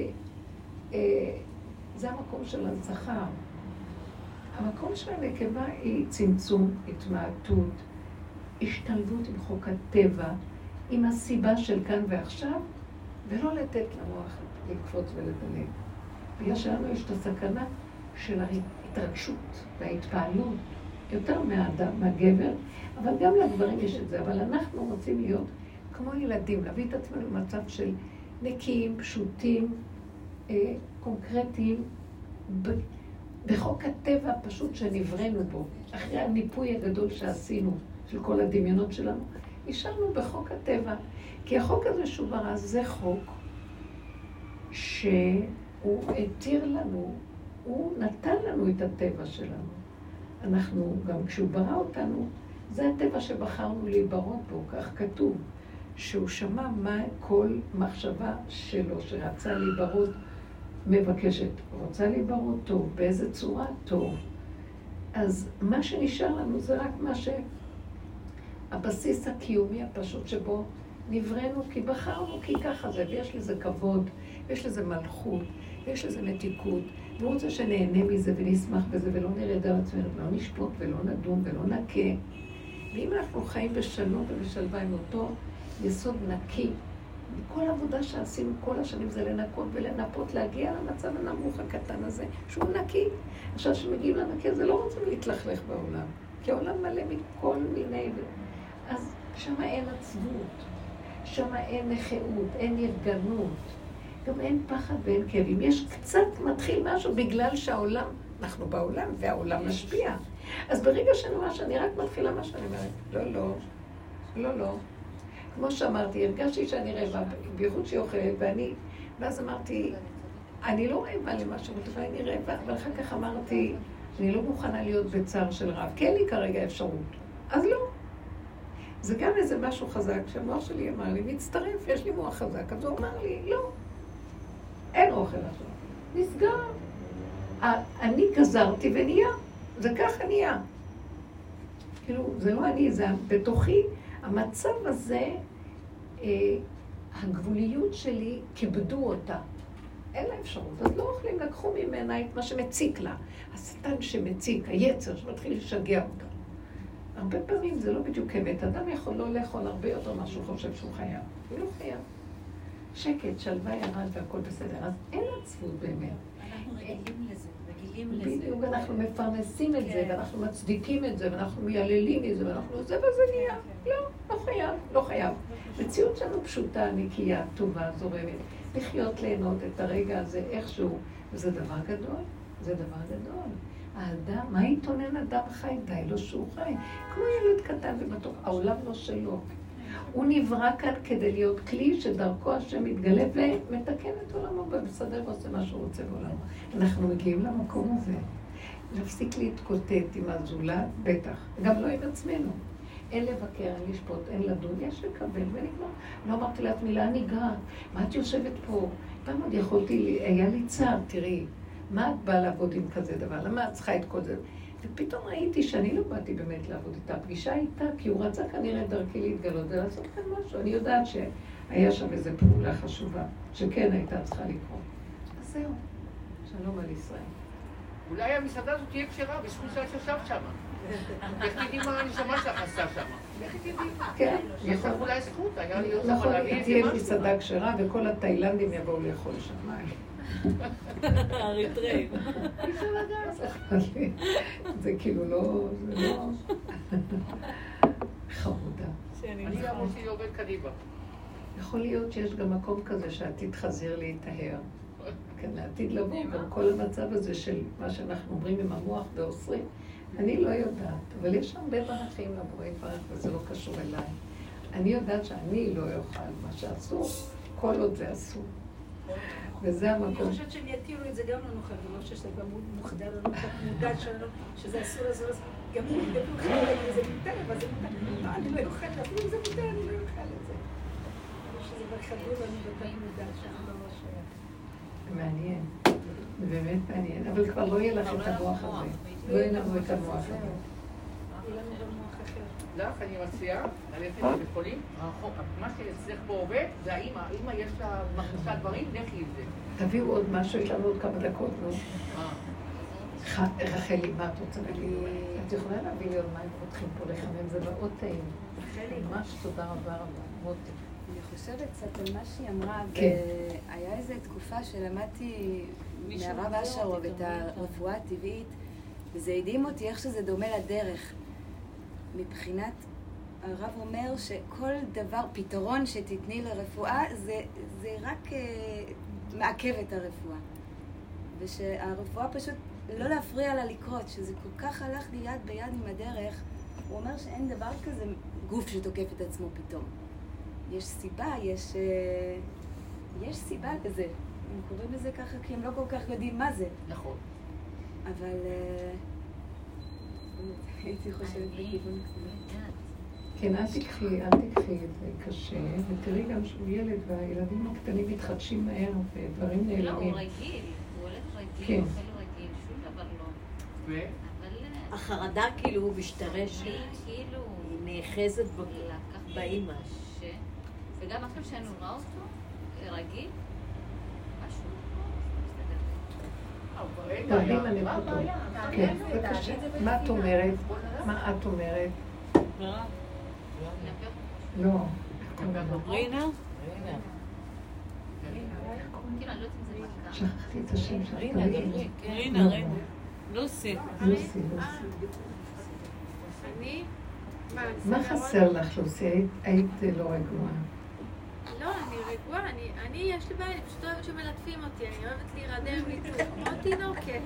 S1: זה המקום של הנצחה. המקום של הנקבה היא צמצום, התמעטות, השתלבות עם חוק הטבע, עם הסיבה של כאן ועכשיו, ולא לתת למוח לקפוץ ולדלג. בגלל שלנו יש את הסכנה של ההתרגשות וההתפעלות, יותר מהאדם, מהגבר, אבל גם לגברים יש את זה. אבל אנחנו רוצים להיות כמו ילדים, להביא את עצמנו למצב של נקיים, פשוטים, אה, קונקרטיים, ב- בחוק הטבע הפשוט שנברנו בו, אחרי הניפוי הגדול שעשינו של כל הדמיונות שלנו, נשארנו בחוק הטבע. כי החוק הזה שהוא ברא, זה חוק שהוא התיר לנו, הוא נתן לנו את הטבע שלנו. אנחנו, גם כשהוא ברא אותנו, זה הטבע שבחרנו להיברות בו, כך כתוב, שהוא שמע מה כל מחשבה שלו, שרצה להיברות, מבקשת, רוצה להיברות טוב, באיזה צורה טוב. אז מה שנשאר לנו זה רק מה ש... הבסיס הקיומי הפשוט שבו נברנו, כי בחרנו, כי ככה זה, ויש לזה כבוד, ויש לזה מלכות, ויש לזה מתיקות, והוא רוצה שנהנה מזה ונשמח בזה, ולא נרד על עצמנו, ולא נשפוט, ולא נדון, ולא נקה. ואם אנחנו חיים בשלום ובשלווה עם אותו יסוד נקי, כל העבודה שעשינו כל השנים זה לנקות ולנפות, להגיע למצב הנמוך הקטן הזה, שהוא נקי. עכשיו שמגיעים לנקי הזה לא רוצים להתלכלך בעולם, כי העולם מלא מכל מיני... אז שמה אין עצבות, שמה אין נחירות, אין ירגנות, גם אין פחד ואין כאבים. יש קצת מתחיל משהו בגלל שהעולם, אנחנו בעולם והעולם משפיע. אז ברגע שאני אומר שאני רק מתחילה מה שאני אומרת, לא, לא, לא, לא. כמו שאמרתי, הרגשתי שאני רעבה, בייחוד שהיא אוכלת, ואני, ואז אמרתי, אני לא רעבה למשהו, אבל אני רעבה, אבל אחר כך אמרתי, אני לא מוכנה להיות בצער של רעב, כי אין לי כרגע אפשרות. אז לא. זה גם איזה משהו חזק, שהמוח שלי אמר לי, מצטרף, יש לי מוח חזק, אז הוא אמר לי, לא, אין אוכל עכשיו, נסגר. אני גזרתי ונהיה, זה ככה נהיה. כאילו, זה לא אני, זה בתוכי, המצב הזה, אה, הגבוליות שלי, כיבדו אותה. אין לה אפשרות, אז לא אוכלים, לקחו ממנה את מה שמציק לה. השטן שמציק, היצר שמתחיל לשגע אותה. הרבה פעמים זה לא בדיוק אמת. אדם יכול לא לאכול הרבה יותר מה שהוא חושב שהוא חייב. הוא לא חייב. שקט, שלווה ירד והכל בסדר. אז אין עצבות באמת.
S10: אנחנו רגילים לזה, רגילים לזה.
S1: בדיוק, אנחנו מפרנסים את זה, ואנחנו מצדיקים את זה, ואנחנו מייללים את זה, ואנחנו זה וזה נהיה. לא, לא חייב, לא חייב. מציאות שלנו פשוטה, נקייה, טובה, זורמת. לחיות, ליהנות את הרגע הזה איכשהו. וזה דבר גדול, זה דבר גדול. האדם, מה יתונן אדם חי? די לו שהוא חי. כמו ילד קטן ובטוח, העולם לא שלו. הוא נברא כאן כדי להיות כלי שדרכו השם מתגלה ומתקן את עולמו ומסדר ועושה מה שהוא רוצה בעולמו. אנחנו מגיעים למקום הזה. להפסיק להתקוטט עם הזולת, בטח. גם לא עם עצמנו. אין לבקר, אין לשפוט, אין לדון, יש לקבל ונגמר. לא אמרתי לעצמי, לאן ניגעת? מה את יושבת פה? פעם עוד יכולתי, היה לי צער, תראי. מה את באה לעבוד עם כזה דבר? למה את צריכה את כל זה? ופתאום ראיתי שאני לא באתי באמת לעבוד איתה. פגישה איתה, כי הוא רצה כנראה דרכי להתגלות ולעשות כאן משהו. אני יודעת שהיה שם איזו פעולה חשובה, שכן הייתה צריכה לקרות. אז זהו, שלום על ישראל.
S3: אולי המסעדה הזאת תהיה כשרה, בזכות שאת ישב שם. איך תדעי מה הנשמה שלך עשתה שם? איך תדעי?
S1: כן,
S3: יש לך אולי זכות, היה להיות
S1: נכון,
S3: להביא איזה
S1: תהיה
S3: משהו.
S1: מסעדה כשרה וכל התאילנדים יבואו לאכול שם.
S4: אריתראי.
S1: זה כאילו לא... זה לא... חמודה.
S3: אני גם עושה עובד קדימה.
S1: יכול להיות שיש גם מקום כזה שעתיד חזיר להיטהר. כן, לעתיד לבוא, גם כל המצב הזה של מה שאנחנו אומרים עם המוח ואוסרים. אני לא יודעת, אבל יש הרבה דרכים לבוא יתברך וזה לא קשור אליי. אני יודעת שאני לא אוכל מה שאסור, כל עוד זה אסור. וזה המקום.
S10: אני חושבת שהם יטילו את זה גם לא נוכל, ולא חושבת שזה גם מוחדר לנו, מודע שלנו, שזה אסור, אסור, אסור. גם אם ידעו חלק, זה מותר, אבל זה מותר. לא, אני לא אוכל, אפילו אם זה מותר, אני לא אוכל את זה. שזה בחדרו לנו בפעמים מודע שאנחנו לא שייך.
S1: מעניין, באמת מעניין, אבל כבר לא יהיה לך את המוח הזה. לא יהיה לנו את המוח הזה.
S10: יהיה לנו גם מוח אחר.
S3: לך, אני מציעה ללכת לבית חולים, מה שאצלך פה עובד, זה האמא, האמא יש לה מכניסה דברים, לכי עם זה.
S1: תביאו עוד משהו, יש לנו עוד כמה דקות, נו. רחלי, מה את רוצה להגיד? את יכולה להביא לי עוד מים ופותחים פה לחמם, זה מאוד טעים. ממש תודה רבה רבה, מאוד טעים.
S11: אני חושבת קצת על מה שהיא אמרה, והיה איזו תקופה שלמדתי מהרב אשרוב את הרפואה הטבעית, וזה הדהים אותי איך שזה דומה לדרך. מבחינת, הרב אומר שכל דבר, פתרון שתתני לרפואה, זה, זה רק uh, מעכב את הרפואה. ושהרפואה פשוט לא להפריע לה לקרות, שזה כל כך הלך לי יד ביד עם הדרך. הוא אומר שאין דבר כזה גוף שתוקף את עצמו פתאום. יש סיבה, יש, uh, יש סיבה לזה. הם קוראים לזה ככה כי הם לא כל כך יודעים מה זה.
S3: נכון.
S11: אבל... Uh, הייתי חושבת בכיוון כזה.
S1: כן, אל תקחי, אל תקחי את זה קשה, ותראי גם שהוא ילד והילדים הקטנים מתחדשים מהר ודברים נעלמים.
S7: לא, הוא רגיל, הוא הולך רגיל, אוכל רגיל, שום דבר לא.
S10: החרדה כאילו הוא משתרש,
S7: כאילו,
S10: היא נאחזת באמא.
S7: וגם עכשיו שאני רואה אותו, רגיל, משהו.
S1: תרדים הנקודות. כן, בבקשה. מה את אומרת? מה את אומרת? לא.
S4: רינה?
S7: כאילו, אני לא יודעת אם זה מכה.
S1: שכחתי את השם שלך.
S4: רינה, רינה, רינה. לוסי.
S1: לוסי, לוסי.
S5: אני?
S1: מה חסר לך, לוסי? היית לא רגועה.
S5: לא, אני רגועה, אני, אני, יש לי בעיה, אני פשוט אוהבת שמלטפים אותי, אני אוהבת להירדם ליטוף, כמו תינוקת.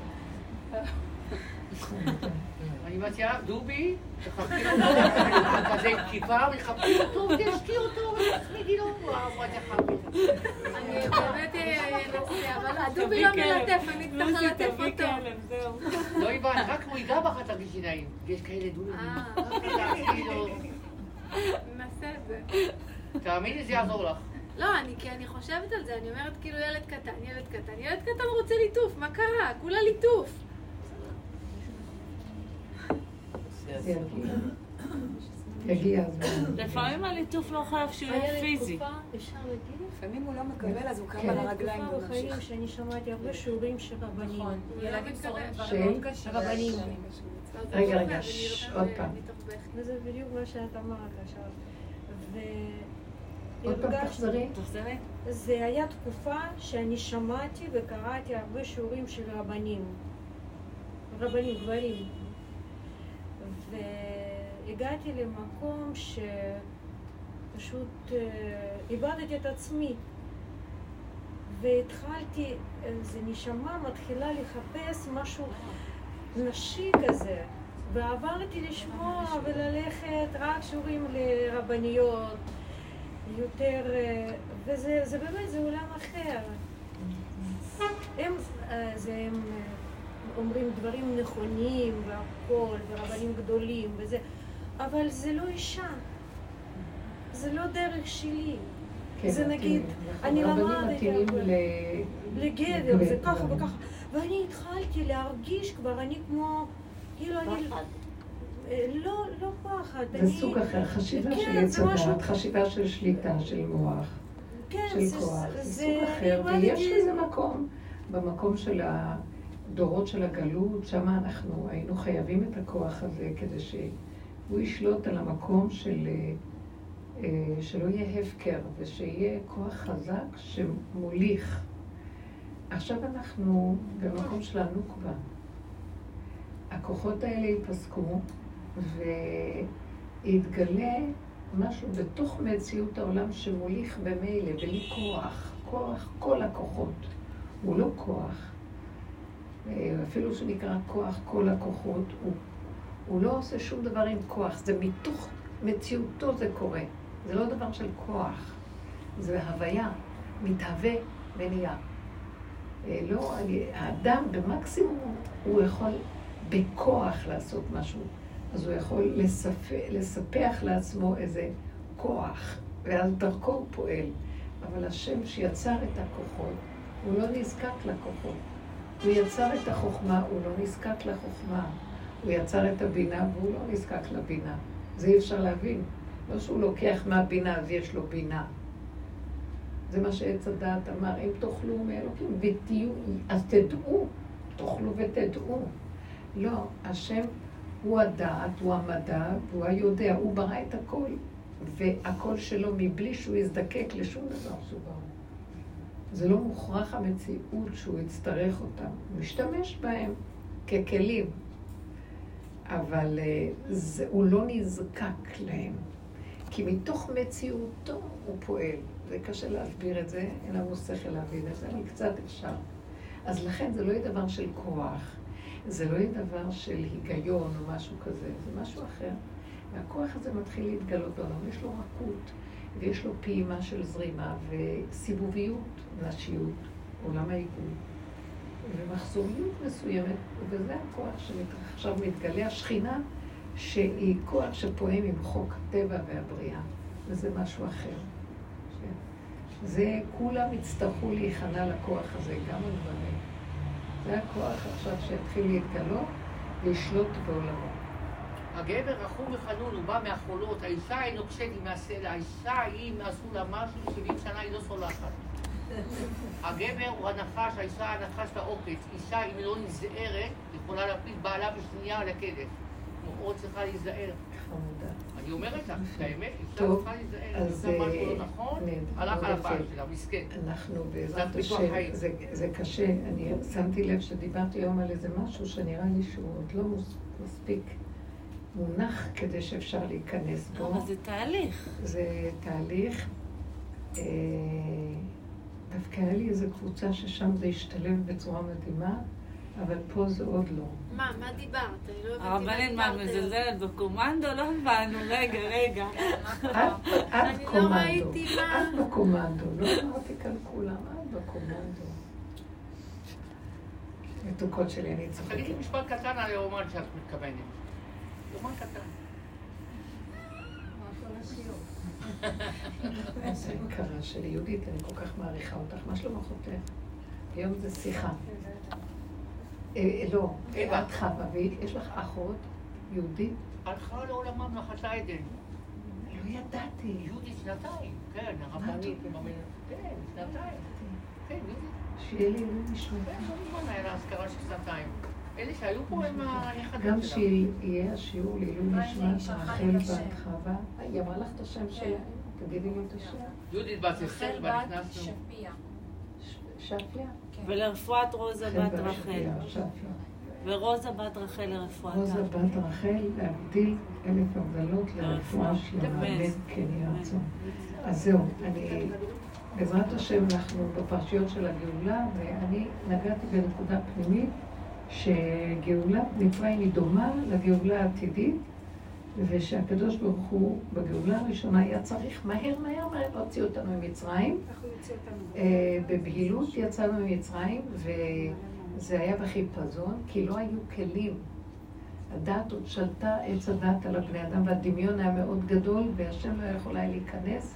S3: אני מציעה, דובי, תחבקי אותו, כזה עם כיפה, וחבקי אותו, ותשקי אותו, ותצמידי לו, וואו, את יכבקי.
S5: אני באמת אנסה, אבל הדובי לא מלטף, אני אצטרך ללטף אותו.
S3: לא הבנת, רק כמו ייגע בך תרגישי נעים. יש כאלה דובים.
S5: נעשה את זה.
S3: תאמיני, זה יעזור לך.
S5: לא, אני, כי אני חושבת על זה, אני אומרת כאילו ילד קטן, ילד קטן, ילד קטן רוצה ליטוף, מה קרה? כולה ליטוף.
S1: יגיע הזמן.
S4: לפעמים הליטוף לא חייב שהוא יהיה פיזי.
S2: אפשר להגיד?
S11: לפעמים הוא לא מקבל, אז הוא קם על הרגליים
S2: תקופה בחיים שאני שמעתי הרבה שיעורים של רבנים.
S8: ילדים שורם
S1: ש?
S8: דברים מאוד קשים.
S2: רבנים.
S1: רגע, רגע, עוד פעם.
S2: וזה בדיוק מה שאת אמרת עכשיו.
S1: עוד פעם, תחזרי.
S4: תחזרי.
S2: זה היה תקופה שאני שמעתי וקראתי הרבה שיעורים של רבנים. רבנים, גברים. והגעתי למקום שפשוט איבדתי את עצמי. והתחלתי, זה נשמה מתחילה לחפש משהו נשי כזה. ועברתי לשמוע וללכת רק שיעורים לרבניות. יותר, וזה זה באמת, זה עולם אחר. הם, זה, הם אומרים דברים נכונים והכל, ורבנים גדולים וזה, אבל זה לא אישה. זה לא דרך שלי.
S1: כן,
S2: זה נגיד, אני למדתי לגבר, זה ככה וככה. ואני התחלתי להרגיש כבר, אני כמו, כאילו אני... לא, לא פחד.
S1: זה סוג אחר, חשיבה של יצדת, חשיבה של שליטה, של מוח, של כוח. זה סוג אחר, ויש לזה מקום. במקום של הדורות של הגלות, שם אנחנו היינו חייבים את הכוח הזה, כדי שהוא ישלוט על המקום של... שלא יהיה הפקר, ושיהיה כוח חזק שמוליך. עכשיו אנחנו במקום של הנוקבה. הכוחות האלה ייפסקו, ויתגלה משהו בתוך מציאות העולם שמוליך במילא, בלי כוח, כוח, כל הכוחות. הוא לא כוח, אפילו שנקרא כוח כל הכוחות, הוא, הוא לא עושה שום דבר עם כוח, זה מתוך מציאותו זה קורה, זה לא דבר של כוח, זה הוויה, מתהווה ונהיה. לא, האדם במקסימום הוא יכול בכוח לעשות משהו, אז הוא יכול לספח, לספח לעצמו איזה כוח, ואז דרכו הוא פועל. אבל השם שיצר את הכוחות, הוא לא נזקק לכוחות. הוא יצר את החוכמה, הוא לא נזקק לחוכמה. הוא יצר את הבינה, והוא לא נזקק לבינה. זה אי אפשר להבין. לא שהוא לוקח מהבינה, אז יש לו בינה. זה מה שעץ הדעת אמר, אם תאכלו מאלוקים ותהיו, אז תדעו, תאכלו ותדעו. לא, השם הוא הדעת, הוא המדע, הוא היודע, הוא ברא את הכל, והכל שלו מבלי שהוא יזדקק לשום דבר שהוא ברא. זה לא מוכרח המציאות שהוא יצטרך אותם, הוא משתמש בהם ככלים, אבל זה, הוא לא נזקק להם, כי מתוך מציאותו הוא פועל. זה קשה להסביר את זה, אין לנו שכל להבין את זה, אני קצת אפשר. אז לכן זה לא יהיה דבר של כוח, זה לא יהיה דבר של היגיון או משהו כזה, זה משהו אחר. והכוח הזה מתחיל להתגלות בעולם, יש לו רכות, ויש לו פעימה של זרימה, וסיבוביות, נשיות, עולם העיגול, ומחזוריות מסוימת, וזה הכוח שעכשיו מתגלה, השכינה, שהיא כוח שפועם עם חוק הטבע והבריאה, וזה משהו אחר. זה, כולם יצטרכו להיכנע לכוח הזה, גם הגברים. זה הכוח עכשיו שהתחיל להתגלות, לשלוט בעולמו.
S3: הגבר רחום וחנון, הוא בא מהחולות, האישה היא נוקשת, היא מהסלע, האישה היא, אם עשו לה משהו, שבעים שנה היא לא סולחת. הגבר הוא הנחש, האישה הנחש והעוקץ. אישה, אם לא נזהרת, יכולה להפיל בעלה בשנייה על הכדף. מאוד צריכה להיזהר. אני אומרת לך, את האמת, אישה צריכה להיזהר.
S1: אז
S3: זה משהו לא נכון, הלך על הפעם שלה, מסכן.
S1: אנחנו בעזרת השם, זה קשה. אני שמתי לב שדיברתי היום על איזה משהו שנראה לי שהוא עוד לא מספיק מונח כדי שאפשר להיכנס בו.
S4: אבל זה תהליך.
S1: זה תהליך. דווקא היה לי איזו קבוצה ששם זה השתלב בצורה מדהימה, אבל פה זה עוד לא.
S5: מה? מה דיברת? אני לא הבנתי מה
S4: הרבנית, מה, מזלזלת בקומנדו? לא הבנו, רגע, רגע.
S1: את קומנדו. את בקומנדו. לא אמרתי כאן כולם, את בקומנדו. מתוקות שלי, אני צוחקת.
S3: תגידי משפט קטן על האומן שאת מתכוונת. אומן קטן.
S1: איזה יקרה שלי, יהודית, אני כל כך מעריכה אותך. מה שלום אחותך? היום זה שיחה. לא, את חווה, ויש לך אחות יהודית?
S3: הלכה לעולמה מנחתה עדן.
S1: לא ידעתי.
S3: יהודית שנתיים, כן, הרבנית. כן, שנתיים. כן, יהודית.
S1: שיהיה לי יהודית משנתיים.
S3: כן, לא מזמן היה לה הזכרה של שנתיים. אלה שהיו פה הם הנכדים שלה.
S1: גם שיהיה השיעור לעילוי נשמת רחל בת חווה. היא אמרה לך את השם שלה. תגידי לי את השם.
S3: יהודית בת אסתר, ונכנסנו.
S8: שפיה.
S1: שפיה?
S4: ולרפואת רוזה בת רחל. ורוזה בת רחל לרפואת.
S1: רוזה בת רחל, להבדיל אלף הבדלות לרפואה שלמה. אמן כן יהי רצון. אז זהו, אני... בעזרת השם אנחנו בפרשיות של הגאולה, ואני נגעתי בנקודה פנימית שגאולה מצרים היא דומה לגאולה העתידית, ושהקדוש ברוך הוא בגאולה הראשונה היה צריך מהר מהר מהר להוציא אותנו ממצרים. בבהילות יצאנו ממצרים, וזה היה בחיפזון, כי לא היו כלים. הדעת עוד שלטה עץ הדעת על הבני אדם, והדמיון היה מאוד גדול, והשם לא יכול היה להיכנס,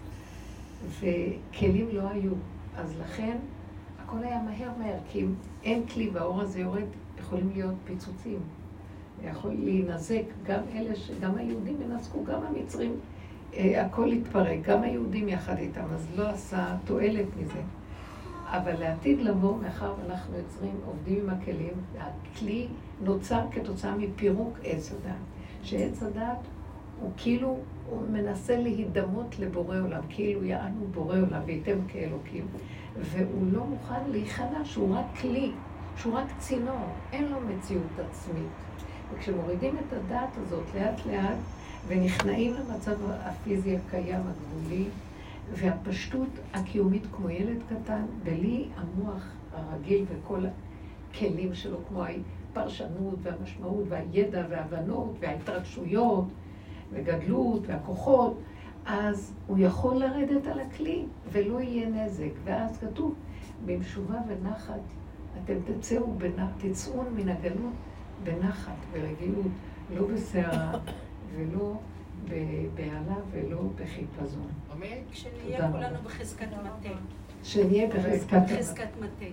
S1: וכלים לא היו. אז לכן הכל היה מהר מהר, כי אם אין כלי והאור הזה יורד, יכולים להיות פיצוצים. יכול להינזק, גם אלה שגם היהודים ינזקו, גם המצרים, אה, הכל התפרק, גם היהודים יחד איתם, אז לא עשה תועלת מזה. אבל לעתיד לבוא, מאחר ואנחנו יוצרים, עובדים עם הכלים, הכלי נוצר כתוצאה מפירוק עץ הדעת. שעץ הדעת הוא כאילו, הוא מנסה להידמות לבורא עולם, כאילו יענו בורא עולם וייתם כאלוקים, והוא לא מוכן להיכנע שהוא רק כלי, שהוא רק צינור, אין לו מציאות עצמית. וכשמורידים את הדעת הזאת לאט לאט ונכנעים למצב הפיזי הקיים הגבולי והפשטות הקיומית כמו ילד קטן, בלי המוח הרגיל וכל הכלים שלו כמו הפרשנות והמשמעות והידע וההבנות וההתרגשויות וגדלות והכוחות, אז הוא יכול לרדת על הכלי ולא יהיה נזק. ואז כתוב, במשובה ונחת אתם תצאו, תצאו מן הגלות בנחת, ברגיעות, לא בסערה ולא בבהלה ולא בחיפזון.
S10: שנהיה כולנו בחזקת מטה.
S1: שנהיה בחזקת
S10: מטה.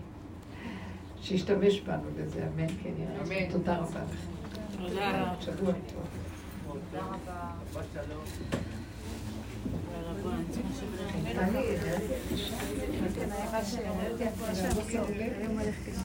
S1: שישתמש בנו לזה, אמן כן יהיה. תודה רבה לך.
S4: תודה.
S1: שבוע טוב.
S8: תודה רבה.
S1: אני